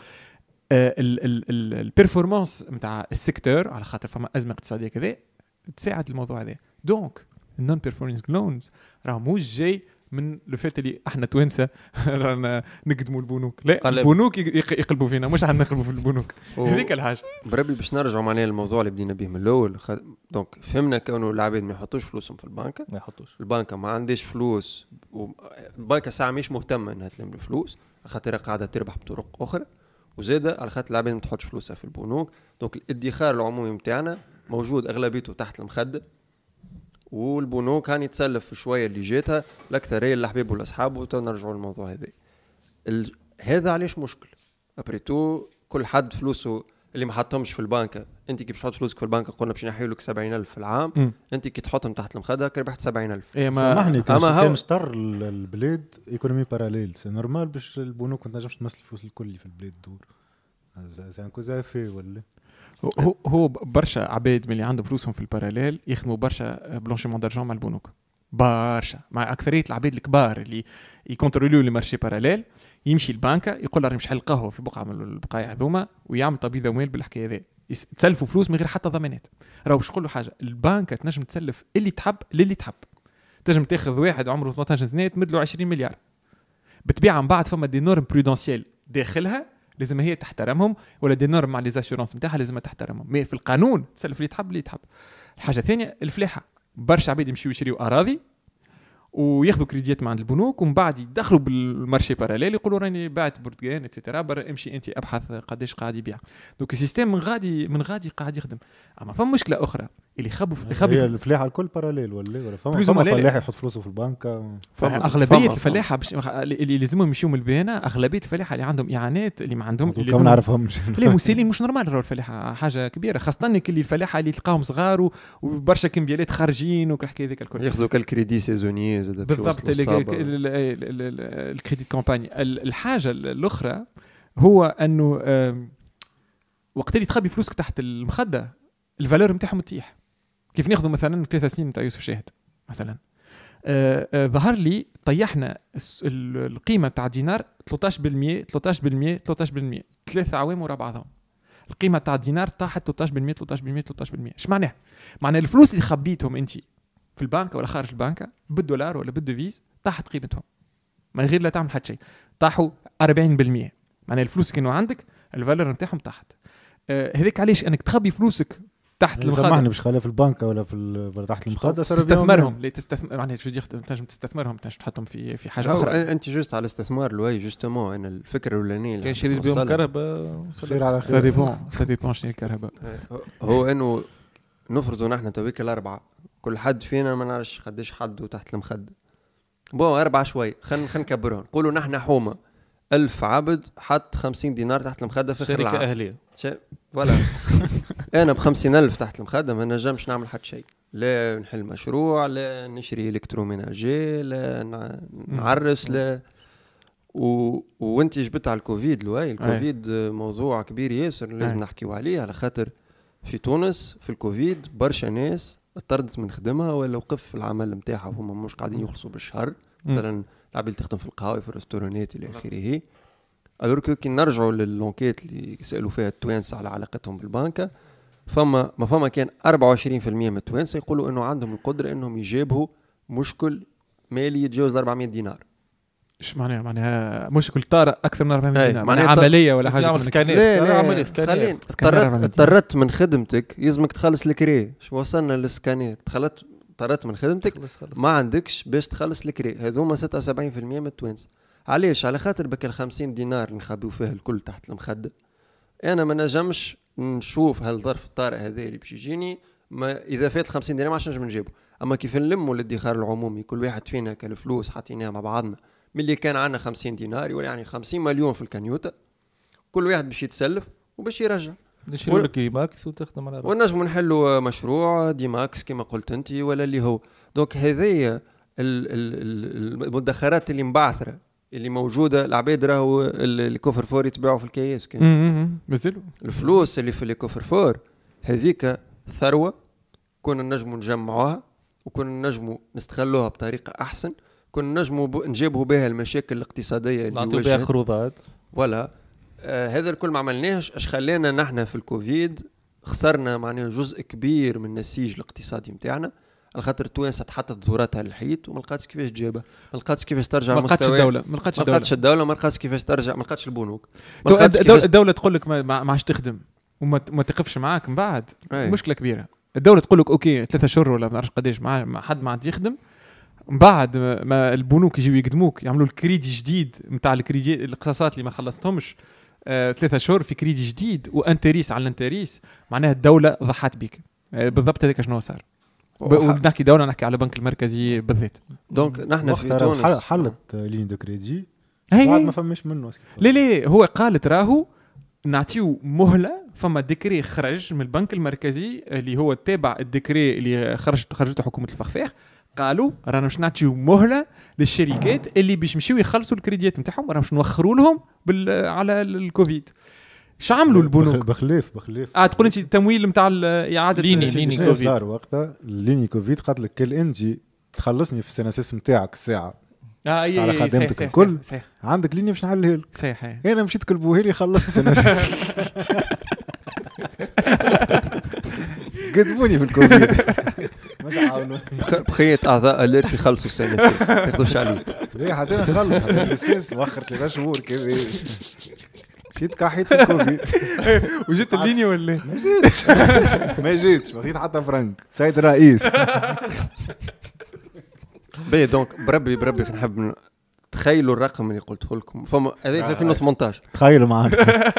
البرفورمانس نتاع السيكتور على خاطر فما ازمه اقتصاديه كذا تساعد الموضوع هذا. دونك النون بيرفورمانس لونز راه مش جاي من لو فات اللي احنا توانسه رانا نقدموا البنوك لا البنوك يقلبوا فينا مش احنا نقلبوا في البنوك. هذيك الحاجه بربي باش نرجعوا معناها الموضوع اللي بدينا به من الاول. دونك فهمنا كونه العباد ما يحطوش فلوسهم في البنكه ما يحطوش البنكه ما عندهاش فلوس والبنكه ساعه مش مهتمه انها تلم الفلوس خاطر قاعده تربح بطرق اخرى وزاده على خاطر العباد ما تحطش فلوسها في البنوك. دونك الادخار العمومي نتاعنا موجود اغلبيته تحت المخده والبنوك هاني تسلف شويه اللي جاتها الاكثريه الاحباب والاصحاب وتنرجعوا للموضوع هذا. هذا علاش مشكل ابريتو كل حد فلوسه اللي ما حطهمش في البنكه. انت كي باش تحط فلوسك في البنكه قلنا باش نحيوا لك 70,000 في العام انت كي تحطهم تحت المخده ربحت 70,000. سامحني كان شطر البلاد ايكونومي باراليل سي نورمال باش البنوك ما تنجمش تمثل الفلوس الكل في البلاد دور زي كوزا في ولا هو برشا عباد من اللي عندهم فلوسهم في الباراليل يخدموا برشا بلانشيمون دارجون مع البنوك برشا مع اكثريه العباد الكبار اللي يكونتروليو لي مارشي باراليل. يمشي البنكه يقول راه مش حل قهوه في بقعه من البقايا هذوما ويعمل تبييض اموال بالحكايه هذه تسلفوا فلوس من غير حتى ضمانات. راهو باش نقول له حاجه، البنك تنجم تسلف اللي تحب للي تحب. تنجم تاخذ واحد عمره 18 سنه تمد له 20 مليار بتبيع من بعد، فما دي نورم برودونسيال داخلها لازم هي تحترمهم، ولا دي نورم مع لي زاسيورونس نتاعها لازم تحترمهم. مي في القانون تسلف اللي تحب اللي تحب. الحاجه الثانيه الفلاحه، برشا عباد يمشيو يشريوا اراضي وياخذوا كريديات من عند البنوك، ومن بعد يدخلوا بالمارشي باراليل يقولوا راني باعت برتقال اتسيتيرا، برا امشي انت ابحث قداش قاعد يبيع. دونك السيستم من غادي قاعد يخدم. اما فما مشكله اخرى اللي هي الفلاحه الكل باراليل ولا فما فلاح يحط فلوسه في البنك. اغلبيه الفلاحه اللي لازمهم يمشيوا من البيانه، اغلبيه الفلاحه اللي عندهم اعانات اللي ما عندهم اللي ما نعرفهمش. لا مسيلين مش نورمال. راهو الفلاحه حاجه كبيره، خاصه اللي الفلاحه اللي تلقاهم صغار وبرشا كمبيالات خارجين والحكايه ذيك الكل، ياخذوا كالكريدي سيزونيي بالضبط، الكريديت كومباني. الحاجه الاخرى هو انه وقت اللي تخبي فلوسك تحت المخده الفالور نتاعهم تطيح. كيف ناخذوا مثلا 3 سنين نتاع يوسف شاهد مثلا، ظهر لي طيحنا القيمه تاع الدينار 13% 3 عوام ورا بعضهم. القيمه تاع الدينار طاحت 13%. ايش معناه؟ معناه الفلوس اللي خبيتهم انت في البنك ولا خارج البنك بالدولار ولا بالديفيز طاحت قيمتهم من غير لا تعمل حتى شيء، طاحوا 40%. معناه الفلوس كانوا عندك الفالور نتاعهم طاحت. هذيك علاش انك تخبي فلوسك تحت المخده. سامحني باش خليها في البنك ولا تحت المخده تستثمرهم. لا تستثمر معناها شو تنجم تستثمرهم، تنجم تحطهم في حاجه اخرى. انت جوست على الاستثمار لوي جوستومون. انا الفكره الاولانيه كان شريت بهم كهرباء خير على خير. سا ديبون شنو الكهرباء. هو انه نفرضوا نحن تويك الاربعه كل حد فينا ما نعرفش قداش حد تحت المخده. بون 4 شوي خلينا نكبرهم، نقولوا نحن حومه 1000 عبد حط 50 دينار تحت المخده في شركه اهليه ولا انا ب50,000 تحت المخده ما نجمش نعمل حتى شيء، لا نحل مشروع، لا نشري الكتروميناجي، لا نعرس، لا وانت جبت على الكوفيد. الكوفيد موضوع كبير ياسر لازم نحكيو عليه، على خاطر في تونس في الكوفيد برشا ناس اضطردت من خدمها ولا وقف العمل نتاعها وهم مش قاعدين يخلصوا بالشهر. مثلا العباد تخدم في القهاوي في الريستورانات الى اخره. الوغ كي نرجعوا للونكيت اللي سالوا فيها التوانسه على علاقتهم بالبنكه، فما كان 24% من التوانسه يقولوا انه عندهم القدره انهم يجابهوا مشكل مالي يتجاوز 400 دينار. ايش معناها مشكل طارئ اكثر من 400 دينار؟ معناها عمليه ولا حاجه؟ لا عمليه سكانير. اضطرت من خدمتك يلزمك تخلص الكري. شو وصلنا للسكانير؟ اضطرت من خدمتك ما عندكش باش تخلص الكري. هذوما 76% من التوانسه. علاش؟ على خاطر بك 50 دينار نخبيو فيها الكل تحت المخده. انا ما نجمش نشوف هالظرف الطارئ هذا اللي باش يجيني، ما اذا فات 50 دينار ما عادش نجم نجيبه. اما كيف نلموا الادخار العمومي كل واحد فينا كالفلوس حاطيناها مع بعضنا، ملي كان عندنا 50 دينار يولي يعني 50 مليون في الكنيوته، كل واحد باش يتسلف وباش يرجع. نشيلوا لك ديماكس وتخدم على روحك، ونجموا نحلوا مشروع ديماكس كما قلت انت ولا اللي هو. دونك هذه المدخرات اللي مبعثره اللي موجوده. العباد راهو الكوفر فور يتباعوا في الكياس مازالوا الفلوس اللي في الكوفر فور هذيك ثروه كنا نجموا نجمعوها وكنا نجموا نستغلوها بطريقه احسن، كنا نجموا نجيبوا بها المشاكل الاقتصاديه اللي نعطيو بها قروضات ولا هذا الكل ما عملناهش. اش خلينا نحن في الكوفيد خسرنا معناه جزء كبير من النسيج الاقتصادي نتاعنا، على خاطر التوانسه تحطت ظهوراتها للحيط وما لقاتش كيفاش تجيبها، ما لقاتش كيفاش ترجع لمستوى، ما لقاتش الدوله، ما لقاتش كيفاش ترجع، ما لقاتش البنوك. الدوله تقول لك ما عادش تخدم وما تقفش معاك من بعد. مشكله كبيره. الدوله تقول لك اوكي 3 شهور ولا ما نعرفش قداش مع حد ما عاد يخدم، من بعد ما البنوك يجيو يقدموك يعملوا الكريدي جديد نتاع الكريدي الاقتصاصات اللي ما خلصتهمش 3 شهور في كريدي جديد وانتريس على الانتريس، معناها الدوله ضحت بك. بالضبط هذاك شنو صار. ونحكي دوله نحكي على البنك المركزي بالذات. دونك نحن في تونس حلت لين دو كريدي بعد ما فماش منه. لا هو قالت راهو نعطيو مهله. فما ديكري خرج من البنك المركزي اللي هو تابع الديكري اللي خرجته حكومه الفخفاخ، قالوا رانا باش نعطيو مهله للشركات اللي باش يمشيو يخلصوا الكريديات نتاعهم، رانا باش نوخروا لهم على الكوفيد. اش عملوا البنوك؟ بخلاف تقول انت التمويل نتاع اعاده ليني كوفيد صار وقتها ليني كوفيد قالت لك كل انجي تخلصني في السنسيس نتاعك الساعه على خدمتك الكل صحيح. عندك ليني باش نحلها لك صحيح. انا مشيت كلبوها لي خلصت السنسيس كذبوني في الكوفيد مش عاونوني. بقية أعضاء أليرت يخلصوا السنة ما ياخذوش عليه. ليه حتى نخلص الاستاذ مؤخر 3 شهور كذا مشيت كحيت في الكوفيد. وجيت اللينيا ولا ما جيتش بغيت حتى فرنك سيد الرئيس. باهي دونك بربي نحب تخيلوا الرقم اللي قلته لكم فما هذا 2018 تخيلوا معنا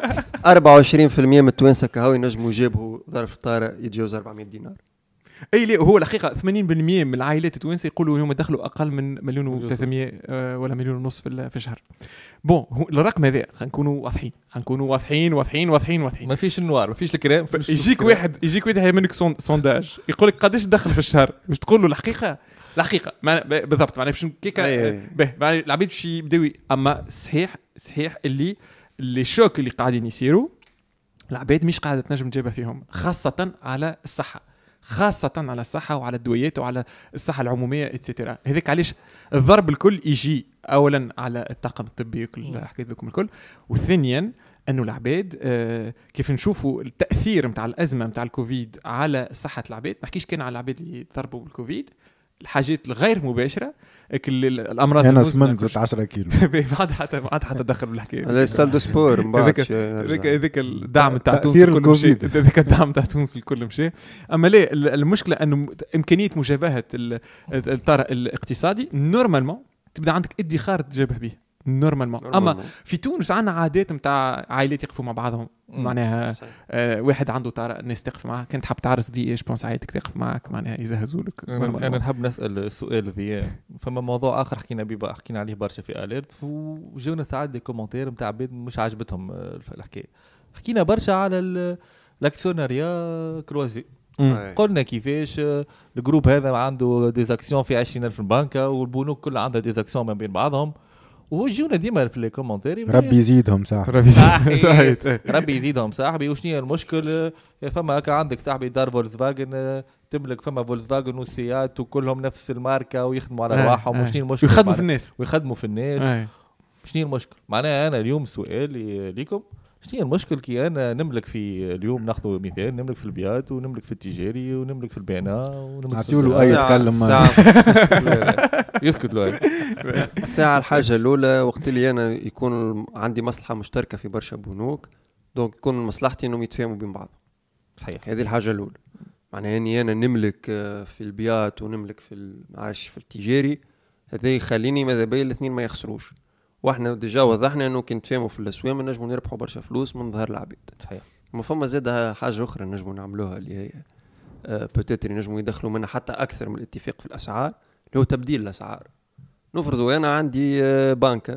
24% من التوانسه كهو ينجموا يجيبوا ظرف طارئ يتجاوز 400 دينار. اي لا هو الحقيقه 80% من العائلات التوانسه يقولوا اليوم دخلوا اقل من 1,300,000 ولا 1,500,000 في الشهر. بون الرقم هذا خلينا نكونوا واضحين. ما فيش النوار ما فيش الكلام. يجيك واحد يعمل منك سونداج يقول لك قداش دخل في الشهر باش تقول له الحقيقه بالضبط معناها باش كيكا العبيد باش يبداو. اما صحيح اللي الشوك اللي قاعدين يصيروا العباد مش قاعده تنجم تجيبها فيهم خاصه على الصحه وعلى الدويات وعلى الصحه العموميه اتسيتيرا. هذاك علاش الضرب الكل يجي اولا على الطاقم الطبي وكل حكيت لكم الكل، وثانيا انه العباد كيف نشوفوا التاثير نتاع الازمه نتاع الكوفيد على صحه العباد. ما نحكيش كان على العباد اللي ضربوا بالكوفيد، الحاجات الغير مباشره الامراض انا سمنت 10 كيلو بعد حتى دخل بالحكايه هذا السال دو سبور هذاك الدعم تاع تونس الكل مشى، هذاك الدعم تاع تونس الكل مشى. اما لا المشكله انه امكانيه مجابهه الطارئ الاقتصادي نورمالمون تبدا عندك ادخار تجابه به نورمالمون. اما في تونس عندنا عادات نتاع عائلات يقفوا مع بعضهم معناها واحد عنده طارئ الناس تقف معاه. كنت حاب تعرس دي ايش بونس عائلتك تقف معك معناها يزهزوا لك. انا نحب نسال السؤال ذي. فما موضوع اخر حكينا عليه برشا في اليرت وجونا ساعات دي كومنتير نتاع عباد مش عاجبتهم الحكايه. حكينا برشا على الاكسيوناريا كروزي. قلنا كيفاش الجروب هذا عنده ديزاكسيون في 20,000 في البنكه والبنوك كلها عندها ديزاكسيون ما بين بعضهم. وهو يجونا ديما في الكومنتير ربي يزيدهم صاحبي ربي يزيدهم صاحبي. وشنو المشكل؟ فما كان عندك صاحبي دار فولكسفاجن تملك فما فولكسفاجن وسيات وكلهم نفس الماركه ويخدموا على ارواحهم. وشنو المشكل؟ ويخدموا في الناس. شنو المشكل؟ معناها انا اليوم سؤال ليكم شنو المشكل كي انا نملك في اليوم ناخذ مثال نملك في البيات ونملك في التجاري ونملك في البناء ونملك نعطيو اي يتكلم يسكت له الساعه. الحاجه الاولى وقت اللي انا يكون عندي مصلحه مشتركه في برشا بنوك دونك يكون من مصلحتي انهم يتفاهموا بين بعض. صحيح هذه الحاجه الاولى. معناها اني انا نملك في البيات ونملك في معلش في التجاري هذا يخليني ماذا بين الاثنين ما يخسروش. واحنا ديجا وضحنا انه كي نتفاهموا في الاسواق نجموا نربحوا برشا فلوس من ظهر العبيد. صحيح. ما فما زاد حاجه اخرى نجموا نعملوها اللي هي بوتيتر نجموا يدخلوا منها حتى اكثر من الاتفاق في الاسعار اللي هو تبديل الاسعار. نفرضوا انا عندي بنكه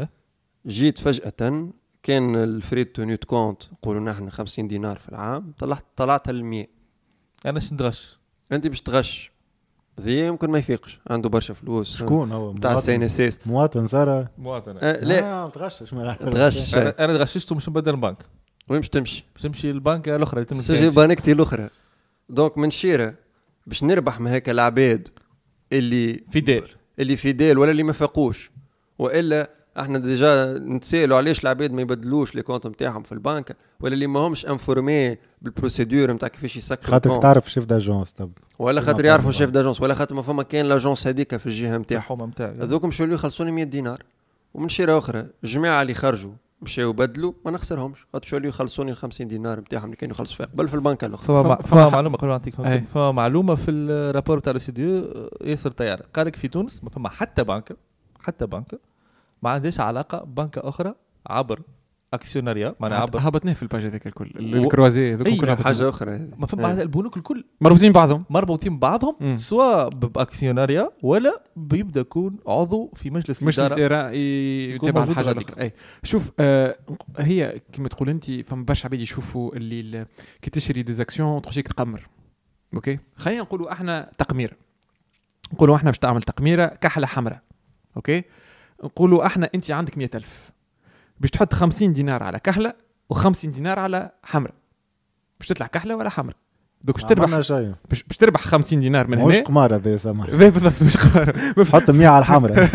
جيت فجاه كان الفريد تونيت كونت نقولوا نحن 50 دينار في العام طلعتها ل100. انا شندغش انت باش تغش ذي يمكن ما يفيقش عنده برشا فلوس. شكون هو بتاع السي ان اس اس مواطن صار مواطن لا ما تغشش تغشش. انا تغششته مش نبدل البنك. وين باش تمشي البنكه الاخرى اللي تمشي بنكتي الاخرى. دونك من شيره باش نربح من هيك العباد اللي فيديل ولا اللي ما فاقوش والا احنا ديجا نتسالوا علاش العباد ما يبدلوش لي كونت نتاعهم في البنك ولا اللي ما همش انفورمي بالبروسيدور نتاع كيفاش يسكروا خاطر تعرف شيف داجونس طب ولا خاطر يعرفوا شيف داجونس ولا خاطر ما فما كان لاجونس هذيك في الجهه نتاعهم هذوك مشاو يخلصوني 100 دينار. ومن شيره اخرى الجماعه اللي خرجوا مشاو يبدلوا ما نخسرهمش خاطر شو اللي يخلصوني ال 50 دينار نتاعهم اللي كانوا يخلصوا فيها قبل في البنكه الاخرى. فما معلومه قبل نعطيك فما معلومه في الرابور تاع السيديو ياسر طيار قال لك في تونس ما فما حتى بنكه ما عندهاش علاقه ببنكه اخرى عبر اكسيوناريا معناها عبر هبطناه في الباج هذاك الكل الكروازي هذوك كلها حاجه اخرى. ما فما البنوك الكل مربوطين ببعضهم سواء باكسيوناريا ولا بيبدا يكون عضو في مجلس الاداره يتابع الحاجه هذيك. اي شوف هي كما تقول انت فما برشا عباد يشوفوا اللي كي تشري ديزاكسيون تخشيك تقمر. اوكي خلينا نقولوا احنا تقميره نقولوا احنا باش تعمل تقميره كحله حمراء. اوكي نقولوا احنا انت عندك 100,000 باش تحط 50 دينار على كحله و50 دينار على حمراء باش تطلع كحله ولا حمراء. دوك باش تربح 50 دينار من هنا. مش قمار هذا سامح بالضبط مش قمار حط 100 على الحمراء.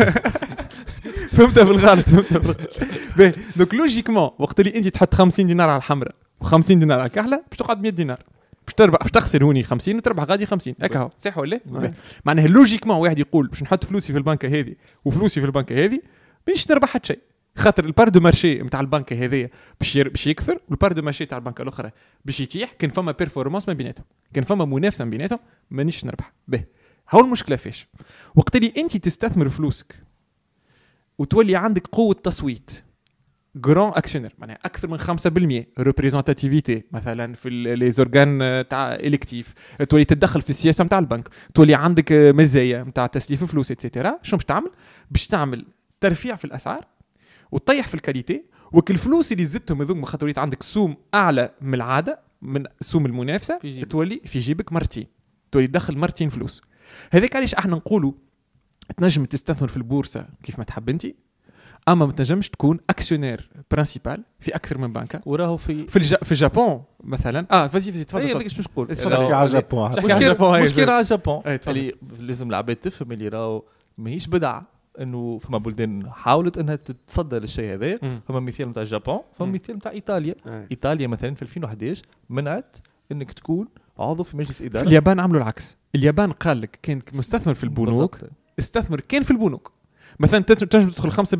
فهمتها بالغلط باهي دوك لوجيكمون وقت اللي انت تحط 50 دينار على الحمراء و50 دينار على الكحله باش تقعد 100 دينار باش تخسر هوني 50 وتربح غادي 50 هكا هو صح ولا معناها لوجيكمون واحد يقول باش نحط فلوسي في البنكه هذه وفلوسي في البنكه هذه باش نربح حتى شيء خاطر البار دو مارشي نتاع البنكه هذه باش يكثر والبار دو مارشي تاع البنكه الاخرى باش يتيح كان فما بيرفورمانس ما بيناتهم كان فما منافسه ما بيناتهم مانيش نربح به هو المشكله فيش وقت اللي انت تستثمر فلوسك وتولي عندك قوه تصويت جران اكشنر معناها اكثر من 5% ريبريزونتاتيفيتي مثلا في لي زورغان تاع الكتيف تولي تتدخل في السياسه نتاع البنك تولي عندك مزايا نتاع تسليف فلوس اتسيتيرا شنو باش تعمل ترفيع في الاسعار وتطيح في الكاليتي وكل الفلوس اللي زدتهم هذوك خاطر وليت عندك سوم اعلى من العاده من سوم المنافسه تولي في جيبك مرتين تولي تدخل مرتين فلوس هذاك علاش احنا نقولوا تنجم تستثمر في البورصه كيف ما تحب انت اما ما تنجمش تكون اكسيونير برينسيبال في اكثر من بنكه وراه في الجابون مثلا فازي تفضل باش نقول تفضل على الجابون مشكلة على الجابون اللي لازم العباد تفهم اللي راهو ماهيش بدعه انه فما بلدان حاولت انها تتصدى للشيء هذا فما مثال نتاع الجابون فما مثال نتاع ايطاليا ايطاليا مثلا في 2011 منعت انك تكون عضو في مجلس اداره. في اليابان عملوا العكس اليابان قال لك كان مستثمر في البنوك استثمر كان في البنوك مثلا تنجم تدخل 5% 10% 20% 30%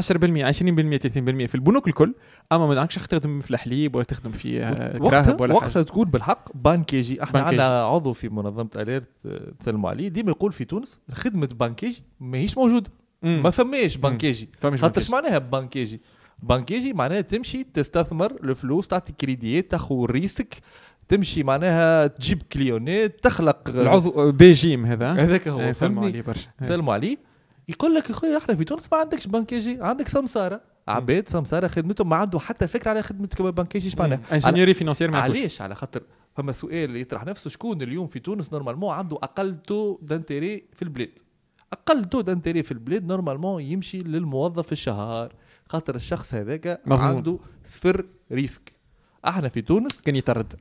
في البنوك الكل اما ما عندكش تخدم في الحليب ولا تخدم في كراهب ولا حاجه وقتها تكون بالحق بانكيجي احنا عندنا عضو في منظمه اليرت تسلموا عليه ديما يقول في تونس خدمه بانكيجي ماهيش موجوده ما فماش بانكيجي خاطر اش معناها بانكيجي معناها تمشي تستثمر الفلوس تعطي كريديات تاخذ ريسك تمشي معناها تجيب كليونات تخلق العضو بيجيم هذاك هو سلموا عليه برشا سلموا عليه يقول لك يا خويا احنا في تونس ما عندكش بانكيجي عندك سمساره عباد سمساره خدمتهم ما عنده حتى فكره على خدمه بانكيجي ايش معناها انجينيري فينانسيير علاش على خاطر فما سؤال يطرح نفسه شكون اليوم في تونس نورمالمون عنده اقل تو دانتيري في البلاد اقل تو دانتيري في البلاد نورمالمون يمشي للموظف الشهر خاطر الشخص هذاك عنده صفر ريسك احنا في تونس كان يطرد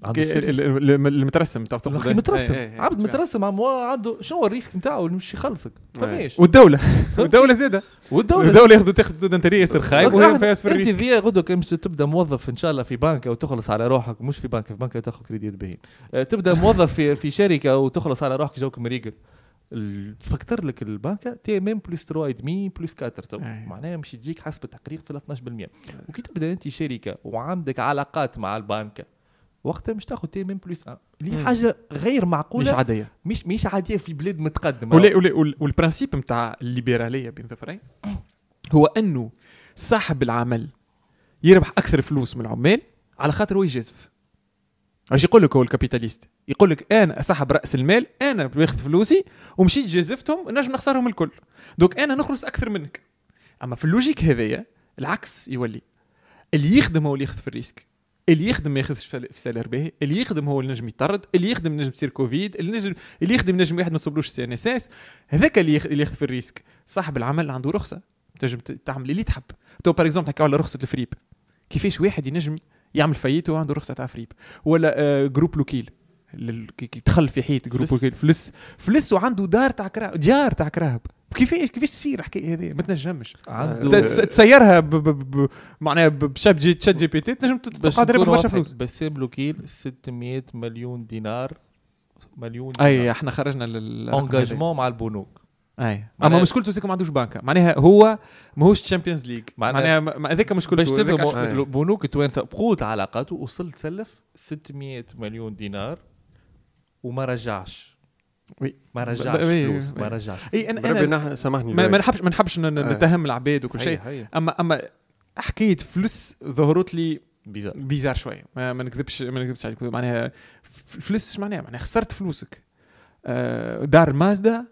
المترسم تاع تقصد مترسم عبد مترسم عنده شنو الريسك نتاعو اللي مش يخلصك فماش والدوله زاده والدوله تاخذ دانتري ياسر خايب وهي فيها صفر ريسك انت ذي غدو كان تبدا موظف ان شاء الله في بنكه وتخلص على روحك مش في بنكه تاخذ كريديت باهين تبدا موظف في شركه وتخلص على روحك جوك مريقل فكتر لك البنكه تي ميم بلس 3 ادمي بلس 4 معناها مش تجيك حسب التحقيق في 12% وكي تبدا انت شركه وعندك علاقات مع البنكه وقتها مش تاخذ تي ميم بلس 1 اللي حاجه غير معقوله مش عاديه مش عاديه في بلاد متقدمه والبرانسيب نتاع الليبراليه بين ظفرين هو انه صاحب العمل يربح اكثر فلوس من العمال على خاطر هو يجازف ايش يقول لك هو الكابيتاليست يقول لك انا صاحب راس المال انا باخذ فلوسي ومشيت جازفتهم نجم نخسرهم الكل دوك انا نخلص اكثر منك اما في اللوجيك هذايا العكس يولي اللي يخدم هو اللي ياخذ في الريسك اللي يخدم ما ياخذش في سالير باهي اللي يخدم هو اللي نجم يطرد اللي يخدم نجم تصير كوفيد اللي يخدم نجم واحد ما يصبلوش سي ان اس اس هذاك اللي ياخذ في الريسك صاحب العمل عنده رخصه تنجم تعمل اللي تحب تو باغ اكزومبل حكاو على رخصه الفريب كيفاش واحد ينجم يعمل فايته وعنده رخصه تاع فريب ولا جروب لوكيل يدخل في حيط جروب لوكيل فلس وعنده دار تاع كراهب كيفاش تصير الحكايه هذه ما تنجمش تسيرها معناها بشات جي بي تي تنجم تقدر برشا فلوس بس لوكيل 600 مليون دينار اي احنا خرجنا للانجاجمون مع البنوك اما مشكلته زيك ما عندوش بنكه معناها هو ماهوش تشامبيونز ليغ معناها هذاك مشكلته البنوك توانسه بقوه علاقاته وصل تسلف 600 مليون دينار وما رجعش ما رجعش فلوس ما رجعش انا سامحني ما نحبش نتهم العباد وكل شيء اما حكايه فلوس ظهرت لي بيزار شويه ما نكذبش عليك معناها فلوس معناها خسرت فلوسك دار مازدا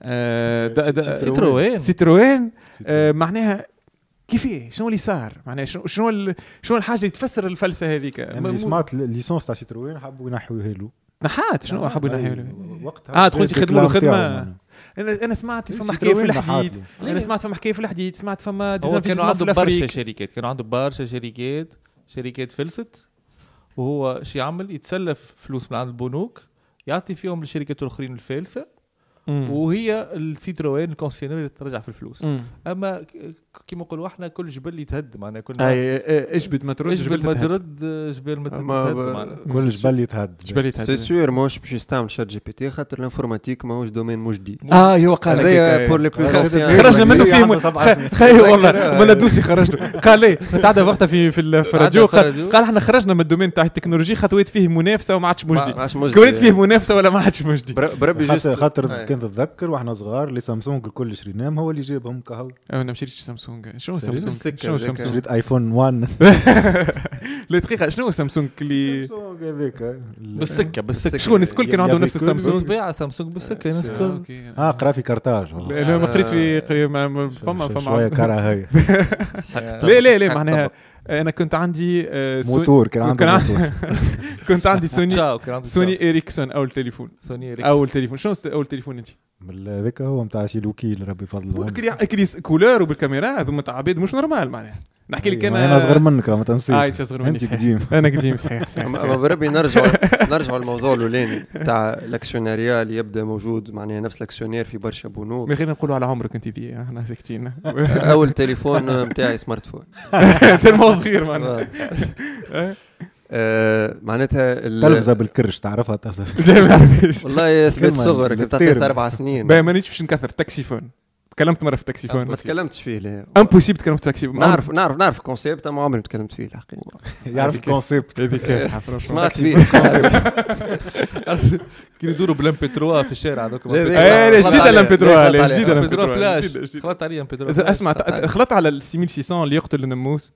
سيتروين معناها كيفاش شنو اللي صار معناها شنو الحاجه اللي تفسر الفلسفه هذيك يعني سمعت الليسونس تاع سيتروين حبوا ينحيوها له نحات شنو حبوا ينحيوا وقتها تقول يخدموا له خدمه انا سمعت فما حكايه في الحديد سمعت فما كانوا عنده برشا شركات فلست وهو شي يعمل يتسلف فلوس من عند البنوك يعطي فيهم للشركات الاخرين الفالسه وهي السيتروين الكونسيونير اللي ترجع في الفلوس اما كيما نقولوا احنا كل جبل يتهد معناها كل اجبد ما ترد جبل ما ترد جبل ما تتهد معناها كل جبل يتهد. جبل يتهد. سي سور ماهوش باش يستعمل شات جي بي تي خاطر الانفورماتيك ماهوش دومين مجدي. هو قال هذايا بور لي بلوس خرجنا منه خي والله ولا دوسي خرجنا قال لي تعدى وقتها في الراديو قال احنا خرجنا من الدومين تاع التكنولوجيا خاطر ولات فيه منافسه وما عادش مجدي. ولات فيه منافسه ولا ما عادش مجدي. بربي جوست خاطر كنت اتذكر واحنا صغار لي سامسونج الكل شريناهم هو اللي جابهم كهو. انا ما شريتش سامسونج. شنو سامسونج؟ شنو سامسونج؟ شريت ايفون 1. لا دقيقه شنو سامسونج اللي سامسونج هذاك بالسكه شكون الكل كانوا عندهم نفس السامسونج؟ بالطبيعه سامسونج بالسكه الناس الكل قرا في كارتاج. لا ما قريت في فما شويه كراهيه. لا معناها انا كنت عندي موتور كنت عندي سوني اريكسون اول تليفون. شنو اول تليفون انت؟ هذاك هو نتاع شي الوكيل ربي فضله. كري كولور وبالكاميرا هذوما تاع عباد مش نورمال معناها. نحكي لك انا اصغر منك ما تنسيش. انت اصغر مني انا قديم صحيح. اما بربي نرجعوا للموضوع الاولاني تاع الاكسيونيريا اللي يبدا موجود معناها نفس الاكسيونير في برشا بنوك. خلينا نقولوا على عمرك انت ذي احنا ساكتين. اول تليفون نتاعي سمارت فون تلمو صغير معناها. معناتها التلفزه بالكرش تعرفها تلفزه؟ لا ما نعرفش والله ثبت صغر كنت عطيت 4 سنين. باهي مانيش باش نكثر تاكسي فون. تكلمت مره في تاكسي فون ما تكلمتش فيه. لا امبوسيبل تكلمت في تاكسي فون. نعرف الكونسيبت اما عمري ما تكلمت فيه الحقيقه. يعرف الكونسيبت هذيك كاسحه سمعت فيه كي يدوروا بالامبيتروا في الشارع هذوك. جديده الامبيتروا جديده الامبيتروا فلاش خلطت عليه امبيتروا. اسمع خلطت على ال 6600 اللي يقتل الناموس.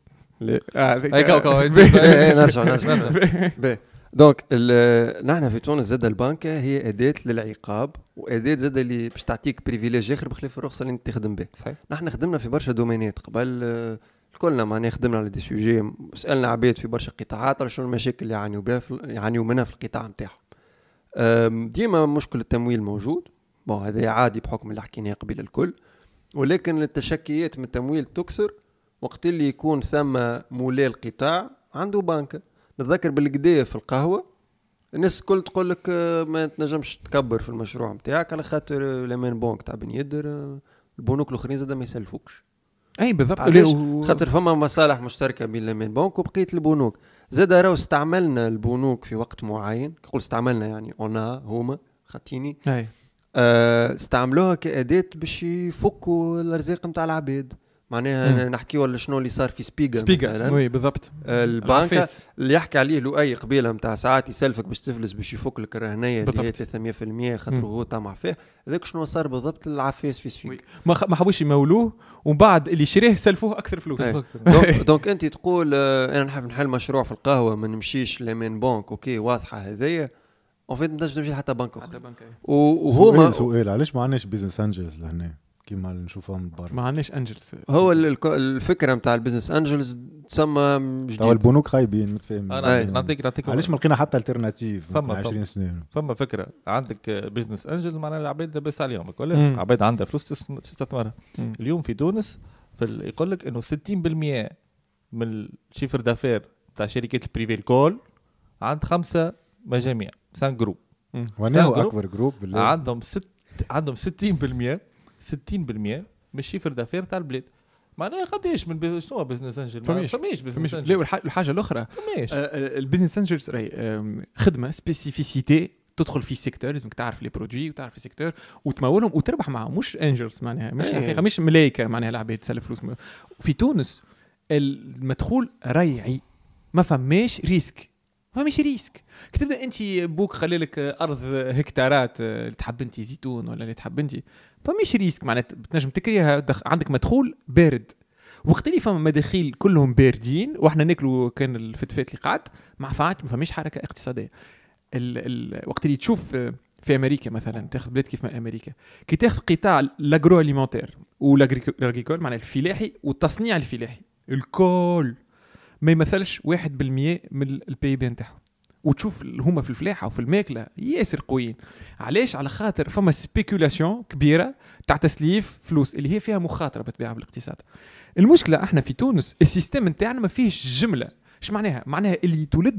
نرجع دونك نحن في تونس زاد البنكة هي أداة للعقاب وأداة زاد اللي باش تعطيك بريفيليج آخر بخلاف الرخصة اللي انت تخدم بها. نحن خدمنا في برشا دومينات قبل كلنا معناها خدمنا على دي سوجي سألنا عباد في برشا قطاعات على شنو المشاكل اللي يعانيوا منها في القطاع نتاعهم. ديما مشكل التمويل موجود. هذا عادي بحكم اللي حكيناه قبل الكل. ولكن التشكيات من التمويل تكثر وقت اللي يكون ثم مولى القطاع عنده بنكة. نتذكر بالقديه في القهوه الناس الكل تقول لك ما تنجمش تكبر في المشروع نتاعك على خاطر لمن بنك تاع بن يدر البنوك الاخرين زاد ما يسلفوكش. اي بالضبط خاطر فما مصالح مشتركه بين لمن بنك وبقيه البنوك. زاد راهو استعملنا البنوك في وقت معين. نقول استعملنا يعني هما خاطيني استعملوها كأداة باش يفكوا الارزاق نتاع العباد. معناها نحكيو على شنو اللي صار في سبيغا وي بالضبط. البنك اللي يحكي عليه لؤي قبيله نتاع ساعات يسلفك باش تفلس باش يفك لك الرهنيه اللي هي 300% خاطر هو طمع فيه. هذاك شنو صار بالضبط للعفاس في سبيغا. ما حبوش يمولوه ومن بعد اللي شريه سلفوه اكثر فلوس. دونك انت تقول انا نحب نحل مشروع في القهوه ما نمشيش لمن بنك اوكي واضحه هذيا وفيت ما تمشي حتى بنك اخر. وهما سؤال علاش ما عندناش بيزنس انجلز لهنا كيما نشوفها من برا؟ ما عندناش انجلز. هو الفكره نتاع البيزنس انجلز تسمى جديد. تو البنوك خايبين متفاهمين. انا نعطيك علاش ما لقينا حتى التيرناتيف من 20 سنه؟ فما فكره عندك بيزنس انجلز معناها العباد لاباس عليهم ولا عباد عندها فلوس تستثمرها. اليوم في تونس يقول لك انه 60% من الشيفر دافير تاع شركات البريفي الكول عند 5 مجاميع 5 جروب. وانا هو اكبر جروب بالله عندهم 60% من الشيفر دافير تاع البلاد. معناها قداش من شنو بزنس انجل؟ فماش بزنس انجل. لا والحاجه الاخرى البزنس انجلز راهي خدمه سبيسيفيسيتي تدخل في سيكتور لازمك تعرف لي برودوي وتعرف السيكتور وتمولهم وتربح معهم. مش انجلز معناها مش حقيقه مش ملايكه معناها العباد تسلف فلوس. في تونس المدخول ريعي ما فماش ريسك. فماش ريسك. كتبدا انت بوك خلي لك ارض هكتارات اللي تحب انت زيتون ولا اللي تحب انت فماش ريسك معناتها بتنجم تكريها عندك مدخول بارد. وقت اللي فما مداخيل كلهم باردين واحنا ناكلوا كان الفتفات اللي قعد ما فماش حركه اقتصاديه. وقت اللي تشوف في امريكا مثلا تاخذ بلاد كيف ما امريكا كي تاخذ قطاع الاغرو اليمونتير والاغريكول معناها الفلاحي والتصنيع الفلاحي الكل ما يمثلش 1% من البي بي نتاعهم. وتشوف هما في الفلاحه وفي الماكله ياسر قويين. علاش؟ على خاطر فما سبيكولاسيون كبيره تاع تسليف فلوس اللي هي فيها مخاطره بالطبيعه بالاقتصاد. المشكله احنا في تونس السيستم نتاعنا ما فيهش جمله. ايش معناها؟ معناها اللي يتولد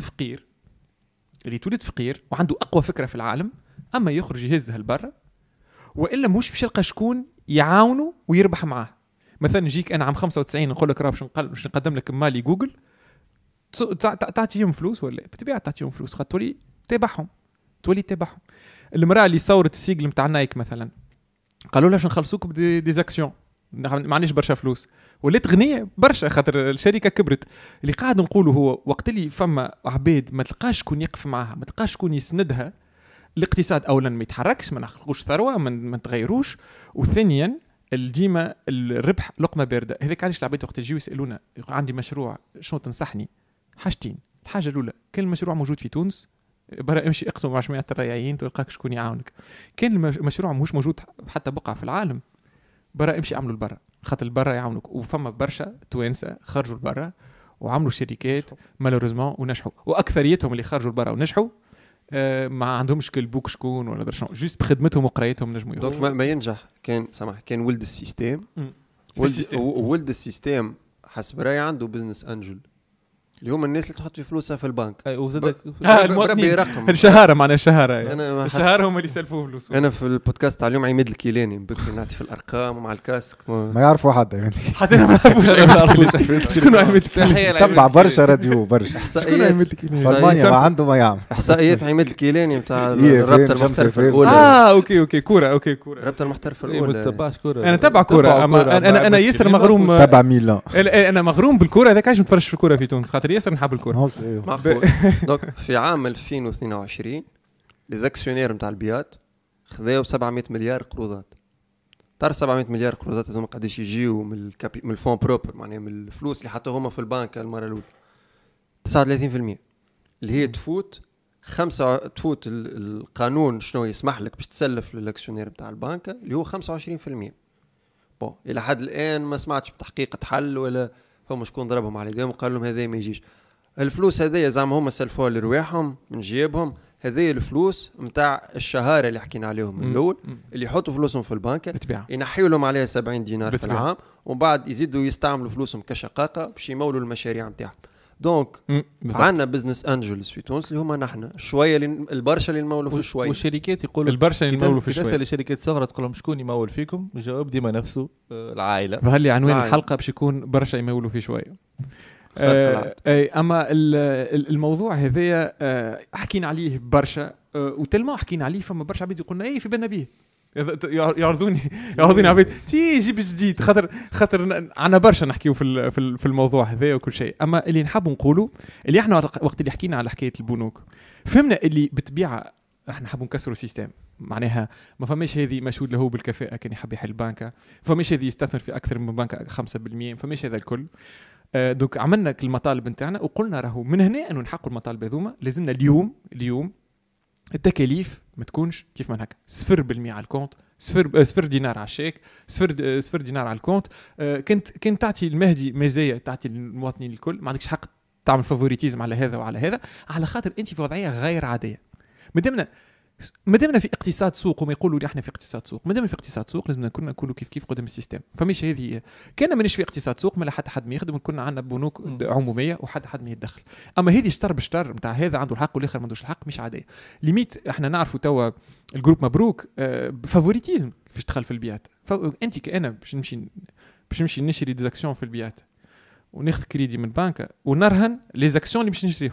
فقير وعنده اقوى فكره في العالم اما يخرج يهزها لبرا والا مش باش يلقى شكون يعاونه ويربح معاه. مثلا نجيك انا عام 95 نقول لك راه باش نقدم لك مالي جوجل، تعطيهم فلوس ولا بتبيع تعطيهم فلوس خاطر تولي تتابعهم. المراه اللي صورت السيجل نتاع نايك مثلا قالوا لها باش نخلصوك بدي زاكسيون، معناش برشا فلوس، ولات غنيه برشا خاطر الشركه كبرت. اللي قاعد نقوله هو وقت اللي فما عباد ما تلقاش شكون يقف معها، ما تلقاش شكون يسندها، الاقتصاد اولا ما يتحركش، ما نخلقوش ثروه، ما نتغيروش، وثانيا ديما الربح لقمه بارده. هذاك علاش العباد وقت يجيو يسالونا عندي مشروع شنو تنصحني؟ حاجتين. الحاجه الاولى كان المشروع موجود في تونس برا امشي اقسم مع جماعه الرياعيين تلقاك شكون يعاونك. كان المشروع مش موجود حتى بقعه في العالم برا امشي عملوا البرا خاطر البرا يعاونك. وفما برشا توانسه خرجوا البرا وعملوا شركات مالوريزمون ونجحوا، واكثريتهم اللي خرجوا البرا ونجحوا ما عندهمش كلبوك شكون ولا درشون، جوست بخدمتهم وقرايتهم نجموا دونك ما ينجح. كان سامح كان ولد السيستم ولد السيستم حسب رايي عنده بزنس انجل اللي هم الناس اللي تحط في فلوسها في البنك. وزادك المواطنين الشهاره معناها الشهاره هم اللي يسلفوا فلوس. انا في البودكاست تاع اليوم عماد الكيلاني بكري نعطي في الارقام ومع الكاسك ما يعرفوا حد يعني حتى انا ما نعرفوش شنو عماد الكيلاني. تبع برشا راديو برشا شنو عماد الكيلاني المانيا ما عنده ما يعمل احصائيات عماد الكيلاني نتاع الرابطه المحترفه الاولى. اوكي كوره الرابطه المحترفه الاولى. انا تبع كوره اما انا ياسر مغروم تبع ميلان. انا مغروم بالكوره هذاك علاش متفرج في الكوره في تونس خاطر ياسر نحب الكوره. دونك في عام 2022 ليزاكسيونير نتاع البيات خذاو 700 مليار قروضات. تعرف 700 مليار قروضات هذوما قداش يجيو من الفون بروبر، معناها من الفلوس اللي حطوها هما في البنك المره الاولى 39% اللي هي تفوت القانون شنو يسمح لك باش تسلف للاكسيونير نتاع البنك اللي هو 25%. بون الى حد الان ما سمعتش بتحقيق حل ولا فما شكون ضربهم على يديهم وقال لهم هذا ما يجيش. الفلوس هذيا زعما هما سلفوها لرواحهم من جيبهم، هذه الفلوس نتاع الشهاره اللي حكينا عليهم من الاول اللي يحطوا فلوسهم في البنك ينحيوا لهم عليها 70 دينار في العام ومن بعد يزيدوا يستعملوا فلوسهم كشقاقه باش يمولوا المشاريع نتاعهم. دونك عندنا بزنس انجلز في تونس اللي هما نحن شويه البرشا اللي نمولوا في شويه، والشركات يقولوا البرشا اللي يمولوا في شويه. تسال الشركات الصغرى تقول لهم شكون يمول فيكم؟ الجواب ديما نفسه العائله. فهل عنوان الحلقه باش يكون برشا يمولوا في شويه. اما الموضوع هذايا حكينا عليه برشا وتلما حكينا عليه فما برشا عباد يقولنا ايه في بالنا بيه يعرضوني عباد تيجي بالجديد خاطر عنا برشا نحكيو في الموضوع هذايا وكل شيء. اما اللي نحب نقوله اللي احنا وقت اللي حكينا على حكايه البنوك فهمنا اللي بالطبيعه احنا نحبوا نكسروا السيستم، معناها ما فماش هذه مشهود له بالكفاءه كان يحب يحل بنكه، فماش هذه يستثمر في اكثر من بنكه 5%، فماش هذا الكل. دوك عملنا المطالب نتاعنا وقلنا راهو من هنا انه نحققوا المطالب هذوما لازمنا اليوم التكاليف ما تكونش كيف ما هكا 0% على الكونت، صفر دينار على الشيك، صفر دينار على الكونت. كنت تعطي المهدي مزايا تعطي المواطنين الكل، ما عندكش حق تعمل فافوريتيزم على هذا وعلى هذا على خاطر انت في وضعيه غير عاديه. ما دامنا في اقتصاد سوق وما يقولوا لي احنا في اقتصاد سوق، ما دام في اقتصاد سوق لازم نكونوا كيف قدام السيستم. فمش هذه كان مانيش في اقتصاد سوق ما لا حد ما يخدم، كنا عندنا بنوك عموميه وحد ما يتدخل. اما هذه شطر بشطر نتاع هذا عنده الحق والاخر ما عندوش الحق مش عاديه. ليميت احنا نعرفوا توا الجروب مبروك فافوريتيزم فاش تدخل في البيات. انت كأنا باش نمشي نشري ديزاكسيون في البيات وناخذ كريدي من بنكه ونرهن لي زاكسيون اللي باش نشريهم.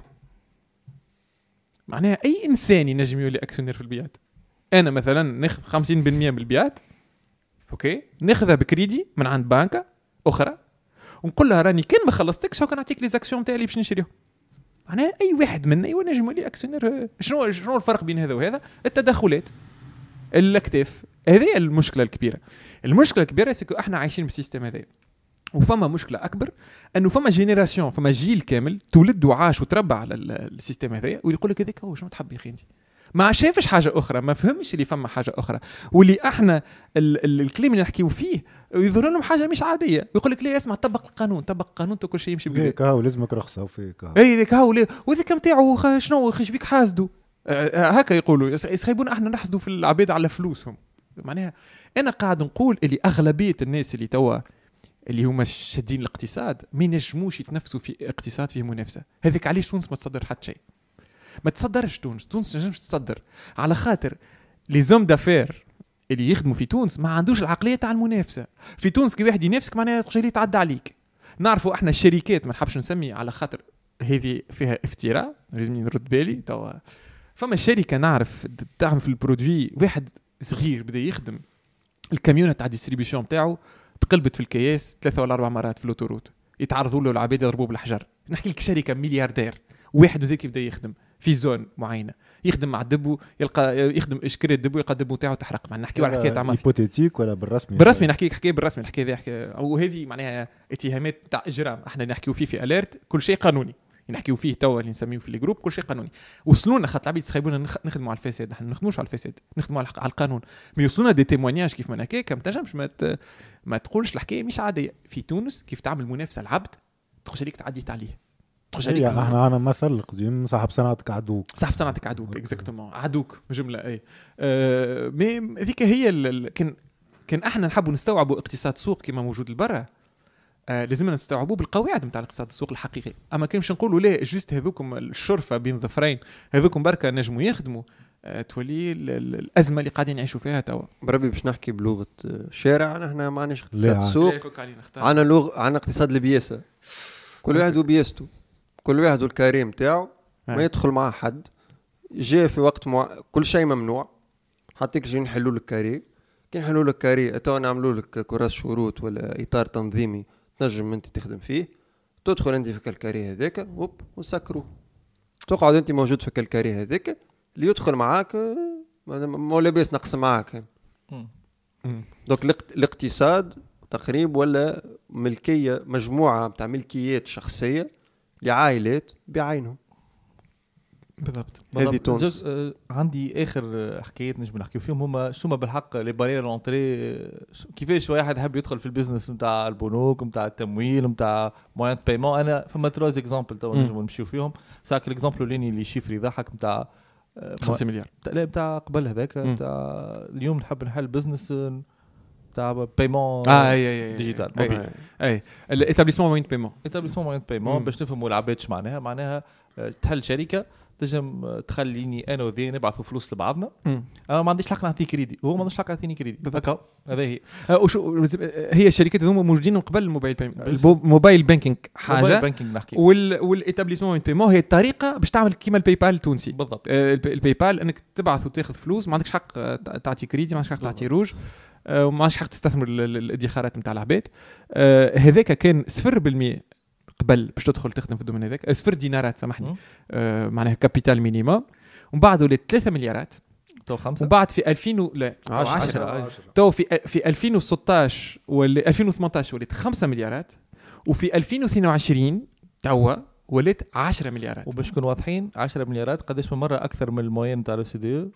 معناها اي انسان ينجم يولي اكسيونير في البيات. انا مثلا ناخذ 50% من البيات اوكي ناخذها بكريدي من عند بنكه اخرى ونقول لها راني كان ما خلصتكش هاك نعطيك لي زاكسيون تاعي اللي باش نشريهم. معناها اي واحد منا ينجم يولي اكسيونير. شنو الفرق بين هذا وهذا؟ التدخلات الاكتاف. هذه المشكله الكبيره. المشكله الكبيره سكو احنا عايشين بالسيستم هذا وفما مشكله اكبر انه فما جينيراسيون فما جيل كامل تولد وعاش وتربى على السيستم هذا ويقول لك هذاك هو شنو تحب يا اخي انت ما شافش حاجه اخرى ما فهمش اللي فما حاجه اخرى واللي احنا الكلام اللي نحكيو فيه يظهر لهم حاجه مش عاديه ويقول لك ليه اسمع طبق القانون كل شيء يمشي بكذا كاو لازمك رخصه وفيك اي كاو وذاك نتاعو شنو خش بيك حاسدوا هكا يقولوا يسخيبون احنا نحسدوا في العباد على فلوسهم. معناها انا قاعد نقول اللي اغلبيه الناس اللي توا اللي هما شادين الاقتصاد ما ينجموش يتنافسوا في اقتصاد فيه منافسه. هذيك علاش تونس ما تصدر حتى شيء. ما تصدرش تونس ما نجمش تصدر على خاطر لي زوم دافير اللي يخدموا في تونس ما عندوش العقليه تاع المنافسه. في تونس كي واحد ينافسك معناها تقول يتعدى عليك. نعرفوا احنا الشركات ما نحبش نسمي على خاطر هذه فيها افتراء، لازم نرد بالي توا. فما الشركه نعرف تعمل في البرودوي، واحد صغير بدا يخدم الكاميونه تاع ديستريبيسيون نتاعو تقلبت في الكياس 3 ولا 4 مرات في الاوتوروت، يتعرضوا له العباد يضربوه بالحجر. نحكي لك شركه ملياردير، واحد مزيك يبدا يخدم في زون معينه، يخدم مع الدبو، يلقى يخدم اشكري الدبو، يلقى الدبو تاعو تحرق. معناها نحكيو على حكايه تاع هيبوتيتيك ولا بالرسمي؟ بالرسمي نحكي حكايه بالرسمي، نحكي وهذه معناها اتهامات تاع اجرام احنا نحكيو فيه في اليرت. كل شيء قانوني نحكيو فيه توا اللي نسميوه في الجروب، كل شيء قانوني. وصلونا خاطر العبيد تخيبونا نخدموا على الفساد، احنا ما نخدموش على الفساد، نخدموا على القانون. مي يوصلونا دي تيموانياج كيف ما هكاك ما تنجمش ما تقولش الحكايه مش عاديه. في تونس كيف تعمل منافسه العبد تخش عليك تعديت عليه، تخش عليك. احنا انا مثل قديم صاحب صنعتك عدوك، صاحب صنعتك عدوك اكزاكتومون، عدوك جمله اي. مي هذيك هي كان احنا نحبوا نستوعبوا اقتصاد سوق كما موجود لبرا. لازمنا نستوعبوه بالقواعد نتاع الاقتصاد السوق الحقيقي. اما كان مش نقولوا لا جوست هذوكم الشرفه بين ظفرين هذوكم بركه نجموا يخدموا، تولي الازمه اللي قاعدين نعيشوا فيها توا. بربي باش نحكي بلغه الشارع، نحن ما عندناش اقتصاد السوق، عندنا عندنا اقتصاد البياسه. كل واحد وبياسته، كل واحد والكريم تاعو، ما يدخل معه حد. جاء في وقت كل شيء ممنوع، حتى كي نحلوا لك كاري، كي نحلوا لك كاري تو نعملوا لك كراس شروط ولا اطار تنظيمي تنجم انت تخدم فيه، تدخل انت في الكاري هذاك ونسكروه، تقعد انت موجود في الكاري هذاك، اللي يدخل معاك ما لاباس نقص معاك. دونك الاقتصاد تقريب ولا ملكيه، مجموعه بتاع ملكيات شخصيه لعائلات بعينهم. بالضبط. هذه تونس. عندي اخر حكايات نجم نحكيو فيهم هما شو ما بالحق لي بارير لونطري. كيفاش واحد يحب يدخل في البيزنس نتاع البنوك نتاع التمويل نتاع موان بايمون. انا فما 3 اكزامبل تو نجم نمشيو فيهم. ساك الاكزامبل الاولاني اللي شيفري يضحك نتاع 5 مليار، لا نتاع قبل هذاك نتاع اليوم نحب نحل بزنس تاع بايمون ديجيتال. اي الاتابليسمون موين بايمون، اتابليسمون موين بايمون باش نفهموا العباد اش معناها تحل شركه تنجم تخليني انا وذي نبعثوا فلوس لبعضنا. انا ما عنديش حق نعطيك كريدي وهو ما عندوش حق يعطيني كريدي. هذا هي وشو هي الشركات هذوما موجودين من قبل الموبايل الموبايل بانكينغ حاجه، والاتابليسمون بايمون هي الطريقه باش تعمل كيما الباي بال التونسي بالضبط. الباي بال انك تبعث وتاخذ فلوس، ما عندكش حق تعطي كريدي، ما عندكش حق تعطي روج، وما عندكش حق تستثمر الادخارات نتاع العباد. هذاك كان 0% قبل باش تدخل تخدم في الدومين هذاك، 0 دينارات سامحني، معناها كابيتال مينيموم. ومن بعد ولات 3 مليارات، تو 5. وبعد في 2000 لا 10 تو في 2016 ولا 2018 ولات 5 مليارات، وفي 2022 توا ولات 10 مليارات. وباش نكون واضحين 10 مليارات قداش من مره اكثر من الموين تاع السي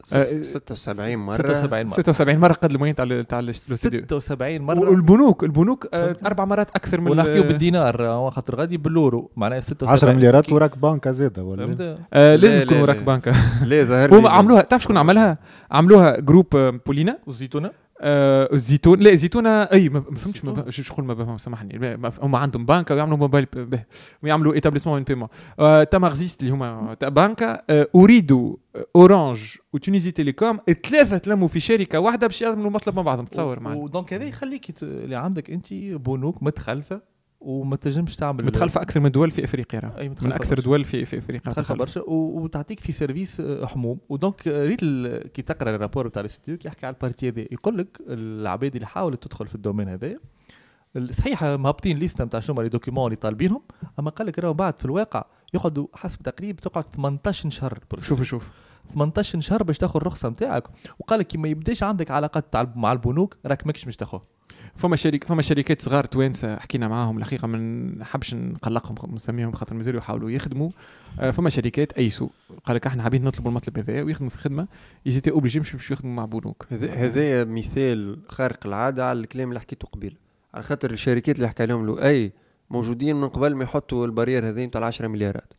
76 مرة 76 مرة قد الموين تاع الاستوديو 76 مرة. والبنوك 4 مرات أكثر من. ونحكيو بالدينار خاطر غادي باليورو معناها 76 10 مليارات وراك بانكا زادة ولا لازم تكون وراك بانكا. ليه ظاهر هما عملوها، تعرف شكون عملها؟ عملوها جروب بولينا والزيتونة. الزيتون لا الزيتونة اي ما فهمتش شغل ما بفهم سامحني. هم عندهم بنكة ويعملوا موبايل ويعملوا ايتابليسمون من بيمون. تامارزيست اللي هما بنكة، اريد اورانج وتونيزي تيليكوم الثلاثه تلموا في شركه واحده باش يعملوا مطلب مع بعضهم. تصور معنا ودونك هذا يخليك اللي عندك انت بنوك متخلفه وما تنجمش تعمل متخلفه اكثر من دول في افريقيا، من اكثر دول في افريقيا متخلفه برشا وتعطيك في سيرفيس حموم. ودونك ريت كي تقرا الرابور تاع الاستوديو يحكي على البارتي هذه، يقول لك العباد اللي حاولت تدخل في الدومين هذا صحيح مهبطين ليست نتاع شنو لي دوكيومون اللي طالبينهم، اما قال لك راهو بعد في الواقع يقعدوا حسب تقريب تقعد 18 شهر. شوف 18 شهر باش تاخذ الرخصه نتاعك. وقال لك كي ما يبداش عندك علاقات مع البنوك راك ماكش باش تاخذ. فما شركات صغار توانسه حكينا معاهم الحقيقه ما نحبش نقلقهم نسميهم خاطر مازالوا يحاولوا يخدموا. فما شركات ايسو قال لك احنا حابين نطلبوا المطلب هذا ويخدموا في خدمه يزيتي اوبليجي مش يخدموا مع بنوك. هذا مثال خارق العاده على الكلام اللي حكيته قبيل، على خاطر الشركات اللي حكى لهم له اي موجودين من قبل ما يحطوا البارير هذين نتاع 10 مليارات.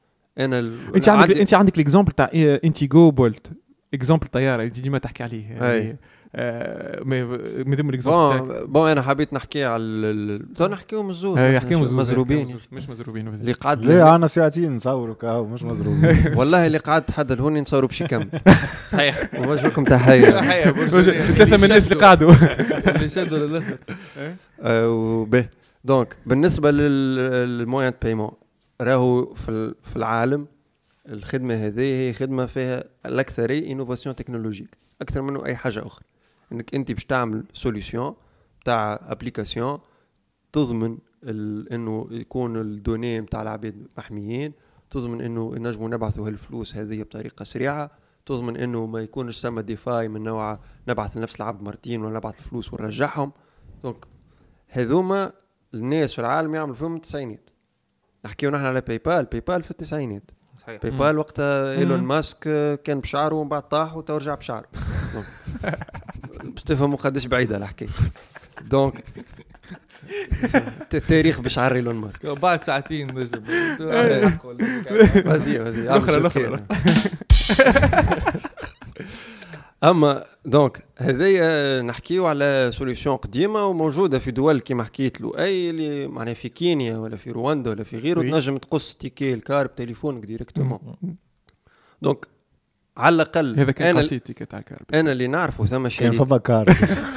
انت عندك الاكزامبل تاع انتيغو بولت، اكزامبل طياره انت ديما تحكي عليه. مدام ليكزامبل بون انا حبيت نحكي على تو نحكيو من الزوز يحكيو مزروبين مش مزروبين اللي قعد ليه عنا ساعتين نصوروا كاو مش مزروبين. والله اللي قعد تحدى لهوني نصوروا باش يكمل. صحيح. وجهكم تحيه. تحيه ثلاثه من الناس اللي قعدوا اللي شدوا للاخر. وبه دونك بالنسبه للموين بايمون راهو في العالم الخدمه هذه هي خدمه فيها الاكثريه انوفاسيون تكنولوجيك اكثر منه اي حاجه اخرى. انك انت باش تعمل سوليوشن تاع ابليكاسيون تضمن انه يكون الدوني نتاع العباد محميين، تضمن انه نجموا نبعثوا هالفلوس هذه بطريقه سريعه، تضمن انه ما يكونش ثم ديفاي من نوع نبعث لنفس العبد مرتين ولا نبعث الفلوس ونرجعهم. دونك هذوما الناس في العالم يعملوا فيهم التسعينات. نحكيو نحن على باي بال في التسعينات. صحيح. باي بال وقتها ايلون ماسك كان بشعره ومن بعد طاح وترجع بشعره. باش تفهموا قداش بعيده الحكايه. دونك التاريخ بشعر ايلون ماسك بعد ساعتين نجم. وزي الاخرى اما دونك هذايا نحكيو على سوليوشن قديمه وموجوده في دول كيما حكيت له اي اللي معناها في كينيا ولا في رواندا ولا في غيره تنجم تقص تيكي الكار بتليفونك ديريكتومون. دونك على الاقل هذا كان قصيتي تاع الكار. انا اللي نعرفه ثم شركه كان فما كار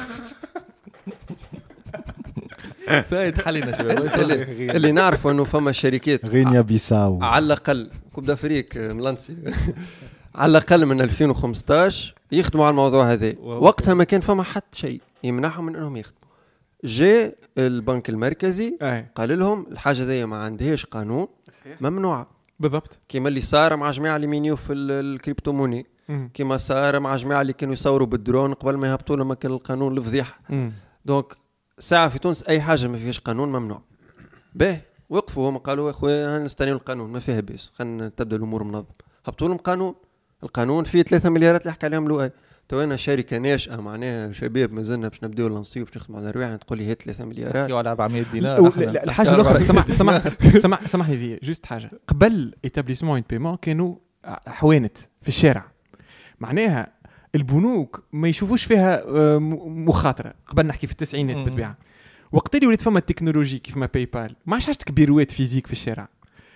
سايد حلينا شباب. اللي نعرفه انه فما شركات غينيا بيساو على الاقل كوب دافريك ملانسي على الاقل من 2015 يخدموا على الموضوع هذا. وقتها ما كان فما حتى شيء يمنعهم من انهم يخدموا. جاء البنك المركزي قال لهم الحاجه ذي ما عندهاش قانون ممنوعه بالضبط كيما اللي صار مع جماعه اللي مينيو في الكريبتو موني، كيما صار مع جماعه اللي كانوا يصوروا بالدرون قبل ما يهبطوا لما كان القانون الفضيحه. دونك ساعه في تونس اي حاجه ما فيهاش قانون ممنوع. به وقفوا هم قالوا يا خويا نستنيوا القانون ما فيها بيس خلينا تبدا الامور منظم. هبطوا لهم القانون فيه 3 مليارات اللي حكى عليهم لؤي. تو انا شركه ناشئه معناها شباب مازلنا باش نبداو لانسيو باش نخدموا على رواحنا تقول لي هي 3 مليارات على 400 دينار. الحاجه الاخرى سمح لي ذي جوست حاجه قبل ايتابليسمون بيمون كانوا حوانت في الشارع معناها البنوك ما يشوفوش فيها مخاطره. قبل نحكي في التسعينات بالطبيعه وقت اللي ولات فما التكنولوجي كيف ما باي بال ما عادش كبيروات فيزيك في الشارع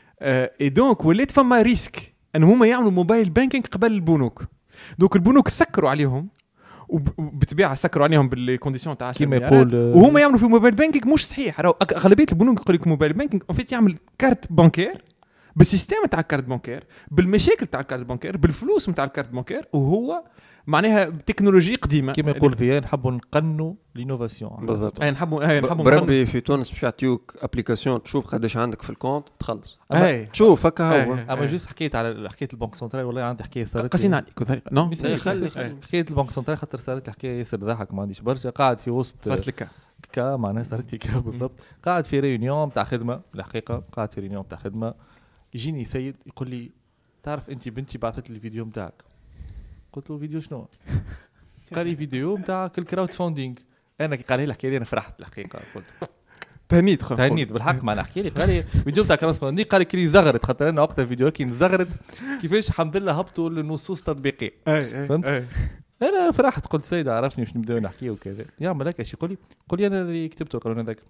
اي دونك ولات فما ريسك ان هما يعملوا موبايل بانكينج قبل البنوك. دونك البنوك سكروا عليهم وبالطبيعه سكروا عليهم بالكونديسيون تاع كيما يقول وهما يعملوا في موبايل بانكينج مش صحيح. راهو اغلبيه البنوك يقول لك موبايل بانكينج ان فيت يعمل كارت بانكير بالسيستم تاع الكارت بانكير بالمشاكل تاع الكارت بانكير بالفلوس نتاع الكارت بانكير وهو معناها تكنولوجيا قديمه كما يقول ذي نحبوا نقنوا لينوفاسيون. بالضبط نحبوا بربي في تونس باش يعطيوك ابليكاسيون تشوف قداش عندك في الكونت تخلص تشوف هكا هو. اما جوست حكيت على حكايه البنك سنترال والله عندي حكايه صارت قاسين عليك نو خلي حكايه البنك سنترال خاطر صارت لي حكايه ياسر ضحك ما عنديش برشا. قاعد في وسط صارت لك كا معناها صارت لي كا بالضبط. قاعد في ريونيون تاع خدمه الحقيقه قاعد في ريونيون تاع خدمه يجيني سيد يقول لي تعرف انت بنتي بعثت لي الفيديو نتاعك. قلت له فيديو شنو؟ قال لي فيديو نتاع الكراود فاندينغ. انا كي قال لي الحكايه انا فرحت الحقيقه قلت تهنيت بالحق ما نحكي لي. قال لي فيديو تاع كراود فاندينغ قال لي كي زغرت خاطر انا وقت الفيديو كي نزغرت كيفاش الحمد لله هبطوا للنصوص التطبيقيه. فهمت؟ انا فرحت قلت سيد عرفني باش نبداو نحكي وكذا يعمل هكا ايش يقول لي انا اللي كتبته القانون هذاك.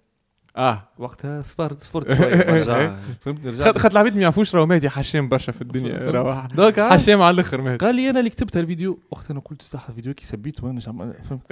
وقتها صفرت شويه فهمت. رجعت خاطر العباد ما يعرفوش راهو مهدي حشام برشا في الدنيا راهو حشام على الاخر مهدي. قال لي انا اللي كتبت الفيديو. وقتها انا قلت صح الفيديو كي سبيته وانا فهمت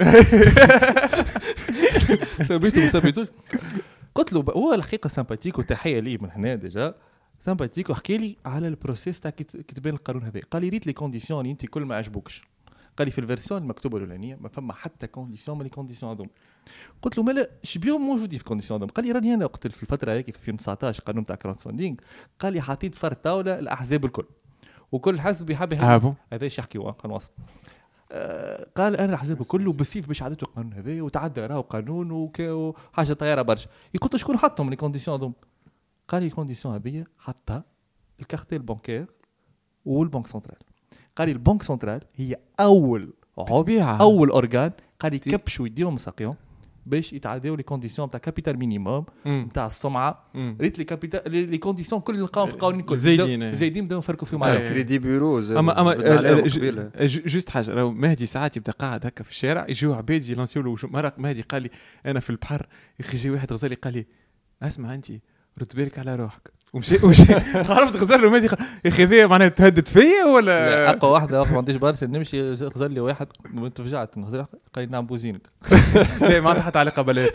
سبيته قلت له هو الحقيقه سامباتيك وتحيه لي من هنا ديجا سامباتيك وحكي لي على البروسيس تاع كتبان القانون هذا. قال لي ريت لي كونديسيون انت كل ما عجبوكش. قال لي في الفيرسيون المكتوبه الاولانيه ما فما حتى كونديسيون من الكونديسيون هذوم. قلت له مالا شبيهم موجودين في كونديسيون هذوم. قال لي راني انا وقت في الفتره هذيك في 2019 قانون تاع كراود فاندينغ قال لي حطيت فر طاوله الاحزاب الكل وكل حزب يحب هذا ايش يحكيوا خلاص. قال انا الاحزاب الكل وبالسيف باش عدته القانون هذا وتعدى راهو قانون وحاجه طياره برشا. قلت له شكون حطهم من الكونديسيون هذوم؟ قال لي الكونديسيون هذه حطها الكارتيل بانكير والبنك سنترال. قال لي البنك سنترال هي اول اورغان قال لي كبشوا يديهم مساقيهم باش يتعداو لي كونديسيون تاع كابيتال مينيموم تاع السمعه. ريت لي كابيتال لي كونديسيون كل نلقاو في القوانين الكل زايدين بداو نفرقوا فيهم على كريدي بيروز. اما جوست حاجه راهو مهدي ساعات يبدا قاعد هكا في الشارع يجيو عباد يلانسيو له مره. مهدي قال لي انا في البحر يا اخي جي واحد غزالي قال لي اسمع انت رد بالك على روحك ومشي عرفت غزال له مهدي يا اخي ذي معناها تهدد فيا ولا اقوى واحده ما عنديش برشا نمشي غزال لي واحد تفجعت غزال قال لي نعم بوزينك. لا ما عندها حتى علاقه بالله.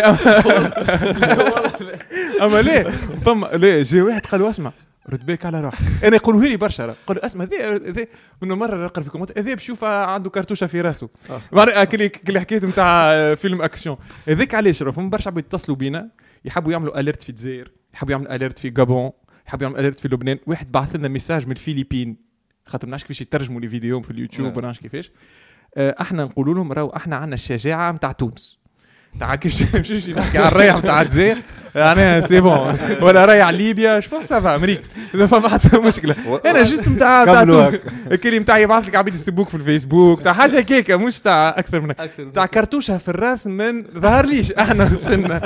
اما ليه فما ليه جي واحد قال له اسمع رد بالك على روحك. انا يقولوا لي برشا قال اسمع ذي من مره نقرا في كومنت ذي بشوف عنده كرتوشه في راسه معناها كل حكيت نتاع فيلم اكسيون هذاك علاش راه فما برشا عباد يتصلوا بينا يحبوا يعملوا اليرت في الجزائر يحبوا يعملوا اليرت في غابون يحبوا يعملوا اليرت في لبنان. واحد بعث لنا ميساج من الفلبين خاطر نعرفش كيفاش يترجموا لي فيديوهم في اليوتيوب ونعرفش كيفاش. احنا نقولوا لهم راهو احنا عندنا الشجاعه نتاع تونس تاع كيفاش نمشي نحكي على الريع نتاع الجزائر يعني سي بون ولا ريع ليبيا جو بونس سافا امريكا اذا فما حتى مشكله. انا جست نتاع تونس الكلمه نتاعي يبعث لك عبيد يسبوك في الفيسبوك تاع حاجه هكاك مش تاع اكثر من تاع كرتوشه في الراس من ظهر ليش احنا وصلنا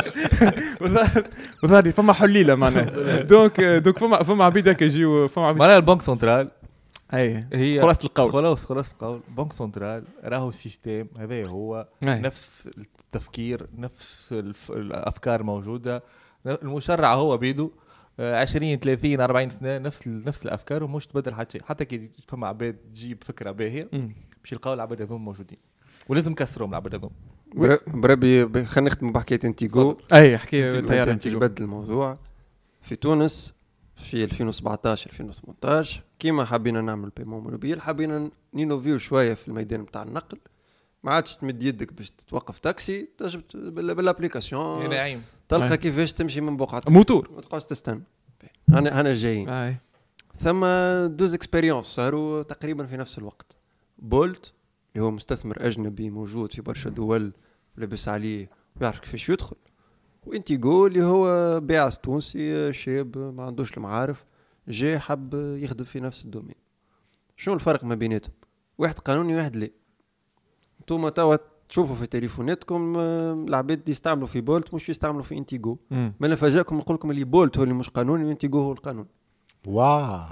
وظهر لي فما حليله معناها دونك فما عبيد هكا يجيو فما عبيد معناها البنك سنترال هي خلاص القول خلاص القول بنك سنترال راهو السيستم هذا هو نفس التفكير نفس الافكار موجوده. المشرع هو بيدو 20 30 40 سنه نفس الافكار ومش تبدل حتى كي فما عباد تجيب فكره باهيه باش يلقاو العباد هذوم موجودين ولازم كسرهم العباد هذوم. بربي خلينا نختم بحكايه انتيغو. اي حكايه طياره انتيغو بدل الموضوع في تونس في 2017 2018 كيما حبينا نعمل بيمون موبيل حبينا نينوفيو شويه في الميدان نتاع النقل. ما عادش تمد يدك باش تتوقف تاكسي تجب بالابليكاسيون نعيم تلقى كيفاش تمشي من بقعه موتور ما تقعدش تستنى. انا جايين ثم دوز اكسبيريونس صاروا تقريبا في نفس الوقت. بولت اللي هو مستثمر اجنبي موجود في برشا دول ولبس عليه ويعرف كيفاش يدخل. وانتيغو اللي هو باعث تونسي شاب ما عندوش المعارف جاي حب يخدم في نفس الدومين. شنو الفرق ما بيناتهم؟ واحد قانوني واحد لا. انتوما توا تشوفوا في تليفوناتكم العباد يستعملوا في بولت مش يستعملوا في انتيغو. ما نفاجئكم نقول لكم اللي بولت هو اللي مش قانوني وانتيغو هو القانون. واو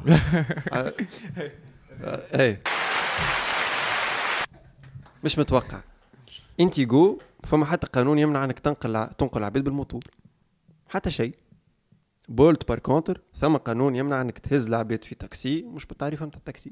اي مش متوقع. انتيغو فما حتى قانون يمنع انك تنقل عباد بالموتور حتى شيء. بولت بار كونتر ثم قانون يمنع انك تهز العباد في تاكسي مش بالتعريفه نتاع التاكسي.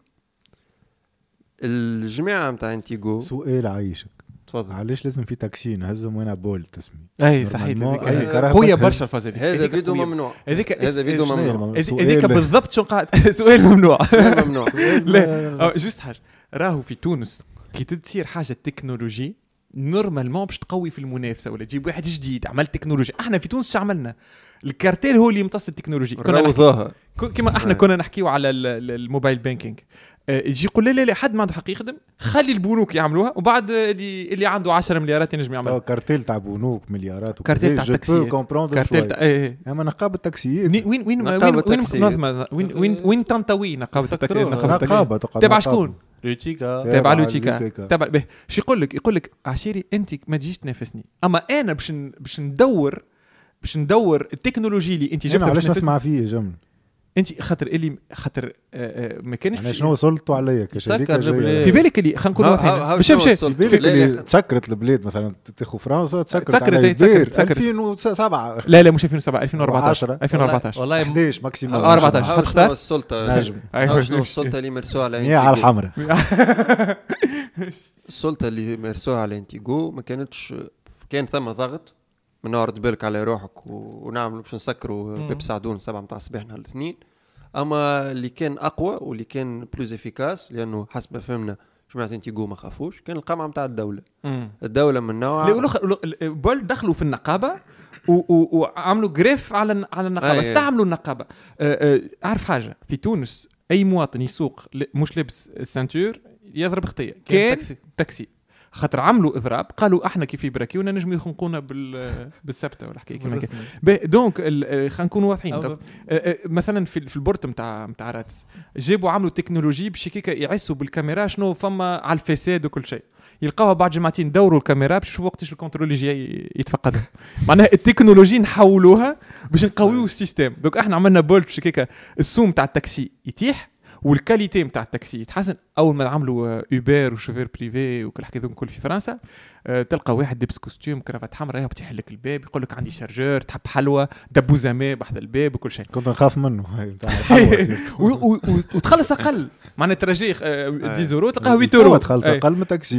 الجماعه نتاع انتيغو سؤال عايشك تفضل علاش لازم في تاكسي نهزهم وانا بولت اسمي اي صحيح قويه برشا الفاز هذا فيديو ممنوع هذا فيديو ممنوع هذيك بالضبط شو قاعد سؤال ممنوع سؤال ممنوع لا جوست حاجه راهو في تونس كي تصير حاجه تكنولوجي نورمالمون باش تقوي في المنافسه ولا تجيب واحد جديد عمل تكنولوجيا. احنا في تونس شو عملنا؟ الكارتيل هو اللي يمتص التكنولوجيا. كما احنا كنا نحكيو على الموبايل بانكينج يجي يقول لا حد ما عنده حق يخدم خلي البنوك يعملوها وبعد اللي عنده 10 مليارات ينجم يعمل كارتيل تاع بنوك مليارات كارتيل تاع تاكسيات كارتيل تاع اما نقابه التاكسيات وين تنطوي نقابه التاكسيات نقابه تبع شكون لوتيكا تبع لوتيكا تبع به شو يقول لك عشيري انت ما تجيش تنافسني اما انا باش ندور التكنولوجيا اللي انت جبتها علاش نسمع فيه جمل انت خاطر ما كانش انا شنو وصلتوا عليا كشركه في بالك اللي خلينا نقولوا باش في بالك اللي تسكرت البلاد مثلا تاخذ فرنسا تسكرت 2007 لا مش 2007 2014 والله 11 ماكسيموم 14 شنو السلطه نجم شنو السلطه اللي مرسوها على على الحمراء السلطه اللي مرسوها على انتيغو ما كانتش كان ثم ضغط من رد بالك على روحك ونعملوا باش نسكروا بيب سعدون 7 متاع الصباح نهار الاثنين. اما اللي كان اقوى واللي كان بلوز افيكاس لانه حسب فهمنا جماعه انتيغو ما خافوش كان القمع نتاع الدوله من نوع بول دخلوا في النقابه وعملوا جريف على النقابه استعملوا النقابه. اعرف حاجه في تونس اي مواطن يسوق مش لابس السانتور يضرب خطيه كان تاكسي خاطر عملوا اضراب قالوا احنا كيف يبركيونا نجموا يخنقونا بالسبته ولا حكايه كيما كده. دونك خلينا نكونوا واضحين. مثلا في البورت نتاع راتس جابوا عملوا تكنولوجي باش كيكا يعسوا بالكاميرا شنو فما على الفساد وكل شيء. يلقاوها بعد جمعتين دوروا الكاميرا باش يشوفوا وقتاش الكنترول يجي يتفقدهم. معناها التكنولوجي نحولوها باش نقويو السيستم. دونك احنا عملنا بولت باش كيكا السوم تاع التاكسي يتيح والكاليتي نتاع التاكسي يتحسن. اول ما عملوا اوبر وشوفير بريفي وكل حكايه كل في فرنسا تلقى واحد لابس كوستيم كرافات حمراء يفتح لك الباب يقول لك عندي شارجور تحب حلوه دبو زماه بحذا الباب وكل شيء. كنت نخاف منه وتخلص اقل معناها تراجي 10 يورو تلقاها 8 يورو تخلص اقل من التاكسي.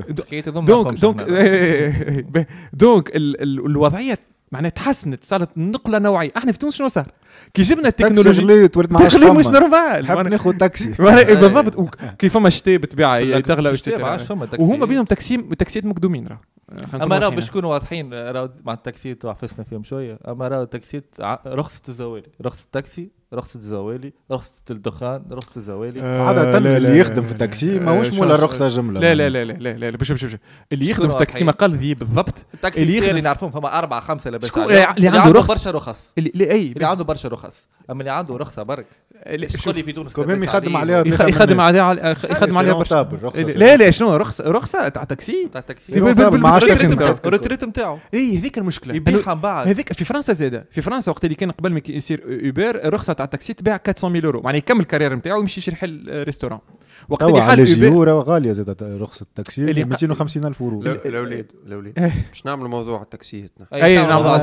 دونك الوضعيه معناها تحسنت صارت نقله نوعيه. احنا في تونس شنو صار كي جبنا التكنولوجيا تغلي مش نورمال نحب ناخذ تاكسي بالضبط. كيف ما شتي بالطبيعه تغلى وهما بينهم تاكسيات مقدومين راه. اما راهو باش نكونوا واضحين راهو مع التاكسيات عفسنا فيهم شويه. اما راهو التاكسيات رخصه الزوالي رخصه التاكسي رخصه الزوالي رخصه الدخان رخصه الزوالي. عاده اللي يخدم في التاكسي ماهوش مولا الرخصه جمله. لا لا لا لا لا باش اللي يخدم في التاكسي كما قال ذي بالضبط. التاكسي اللي نعرفهم فما 4 5 لاباس اللي عنده برشا رخص اللي عنده برشا رخص. اما اللي عنده رخصه برك شغل في تونس كمان يخدم عليها يخدم عليها برشا. لا شنو رخصه تاع تاكسي الروتريت نتاعو. اي هذيك المشكله يبيعها من بعد. هذيك في فرنسا زاده. في فرنسا وقت اللي كان قبل ما يصير اوبر الرخصه تاع التاكسي تباع 400,000 يورو معناه يكمل الكارير نتاعو ويمشي يشري حل ريستوران. وقت اللي حل اوبر غاليه زاده رخصه التاكسي 250,000 يورو. الاولاد باش نعملوا موضوع التاكسياتنا. اي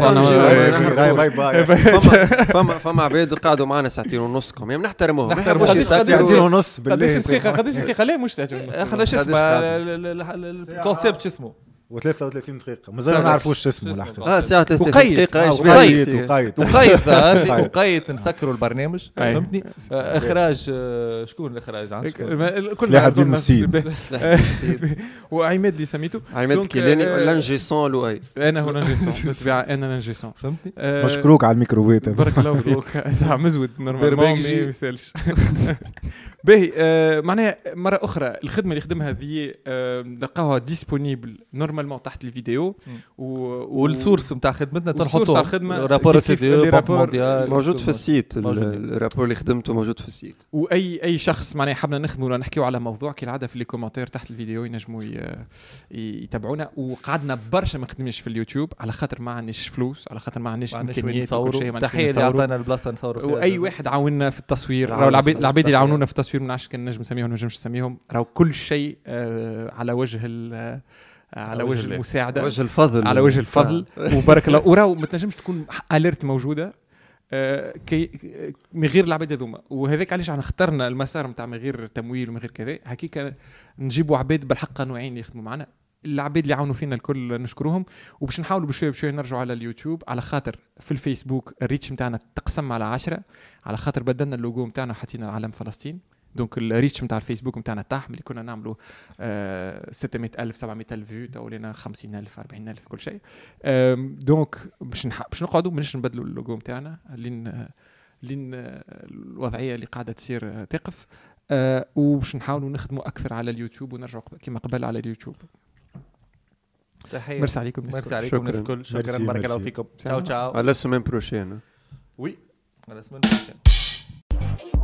فما عباد قاعدوا معنا ساعتين ونص كم نحترموهم. ساعتين ونص بالله. قداش دقيقه لا مش ساعتين ونص. خلاص اسمه الكونسيبت اسمه و33 دقيقة مازال ما نعرفوش اسمه الحق. ساعة 33 دقيقة. وقيت نسكروا البرنامج فهمتني. اخراج شكون الاخراج عندك؟ سلاح الدين السيد وعماد اللي سميته عماد كيلاني لانجيسون لؤي. انا هو لانجيسون بالطبيعة انا لانجيسون فهمتني. مشكروك على الميكروفيت. بارك الله فيك. تاع مزود نورمال ما يسالش. باهي معناها مرة أخرى الخدمة اللي خدمها ذي نلقاوها ديسبونيبل نورمالمون تحت الفيديو والسورس نتاع خدمتنا تنحطوه تاع الخدمة رابور موجود في السيت. الرابور اللي خدمته موجود في السيت. وأي شخص معناها حابنا نخدمه ولا نحكيو على موضوع كالعادة في الكومنتير تحت الفيديو ينجموا يتابعونا. وقعدنا برشا ما خدمناش في اليوتيوب على خاطر ما عندناش فلوس على خاطر ما عندناش إمكانيات وكل شيء. تحية اللي عطانا البلاصة نصوروا فيها. وأي واحد عاونا في التصوير راهو العباد اللي يعاونونا في التصوير من عشان كان نجم نسميهم نجمش نسميهم راهو كل شيء على وجه المساعدة وجه الفضل على وجه الفضل وبارك الله. وراو ما تنجمش تكون اليرت موجودة كي من غير العباد هذوما. وهذاك علاش اخترنا المسار نتاع من غير تمويل ومن غير كذا. حقيقة نجيبوا عباد بالحق نوعين يخدموا معنا. العباد اللي عاونوا فينا الكل نشكرهم. وباش نحاولوا بشويه نرجعوا على اليوتيوب على خاطر في الفيسبوك الريتش نتاعنا تقسم على 10 على خاطر بدلنا اللوجو نتاعنا وحطينا علم فلسطين. دونك الريتش نتاع الفيسبوك نتاعنا تاع اللي كنا نعملوا 600,000 700,000 فيو تو لنا 50,000 40,000 كل شيء. دونك باش نقعدوا باش نبدلوا اللوجو نتاعنا لين الوضعيه اللي قاعده تصير تقف. وباش نحاولوا نخدموا اكثر على اليوتيوب ونرجعوا كما قبل على اليوتيوب. ميرسي عليكم شكرا بارك الله فيكم. تشاو على السيمين بروشين. وي على السيمين بروشين.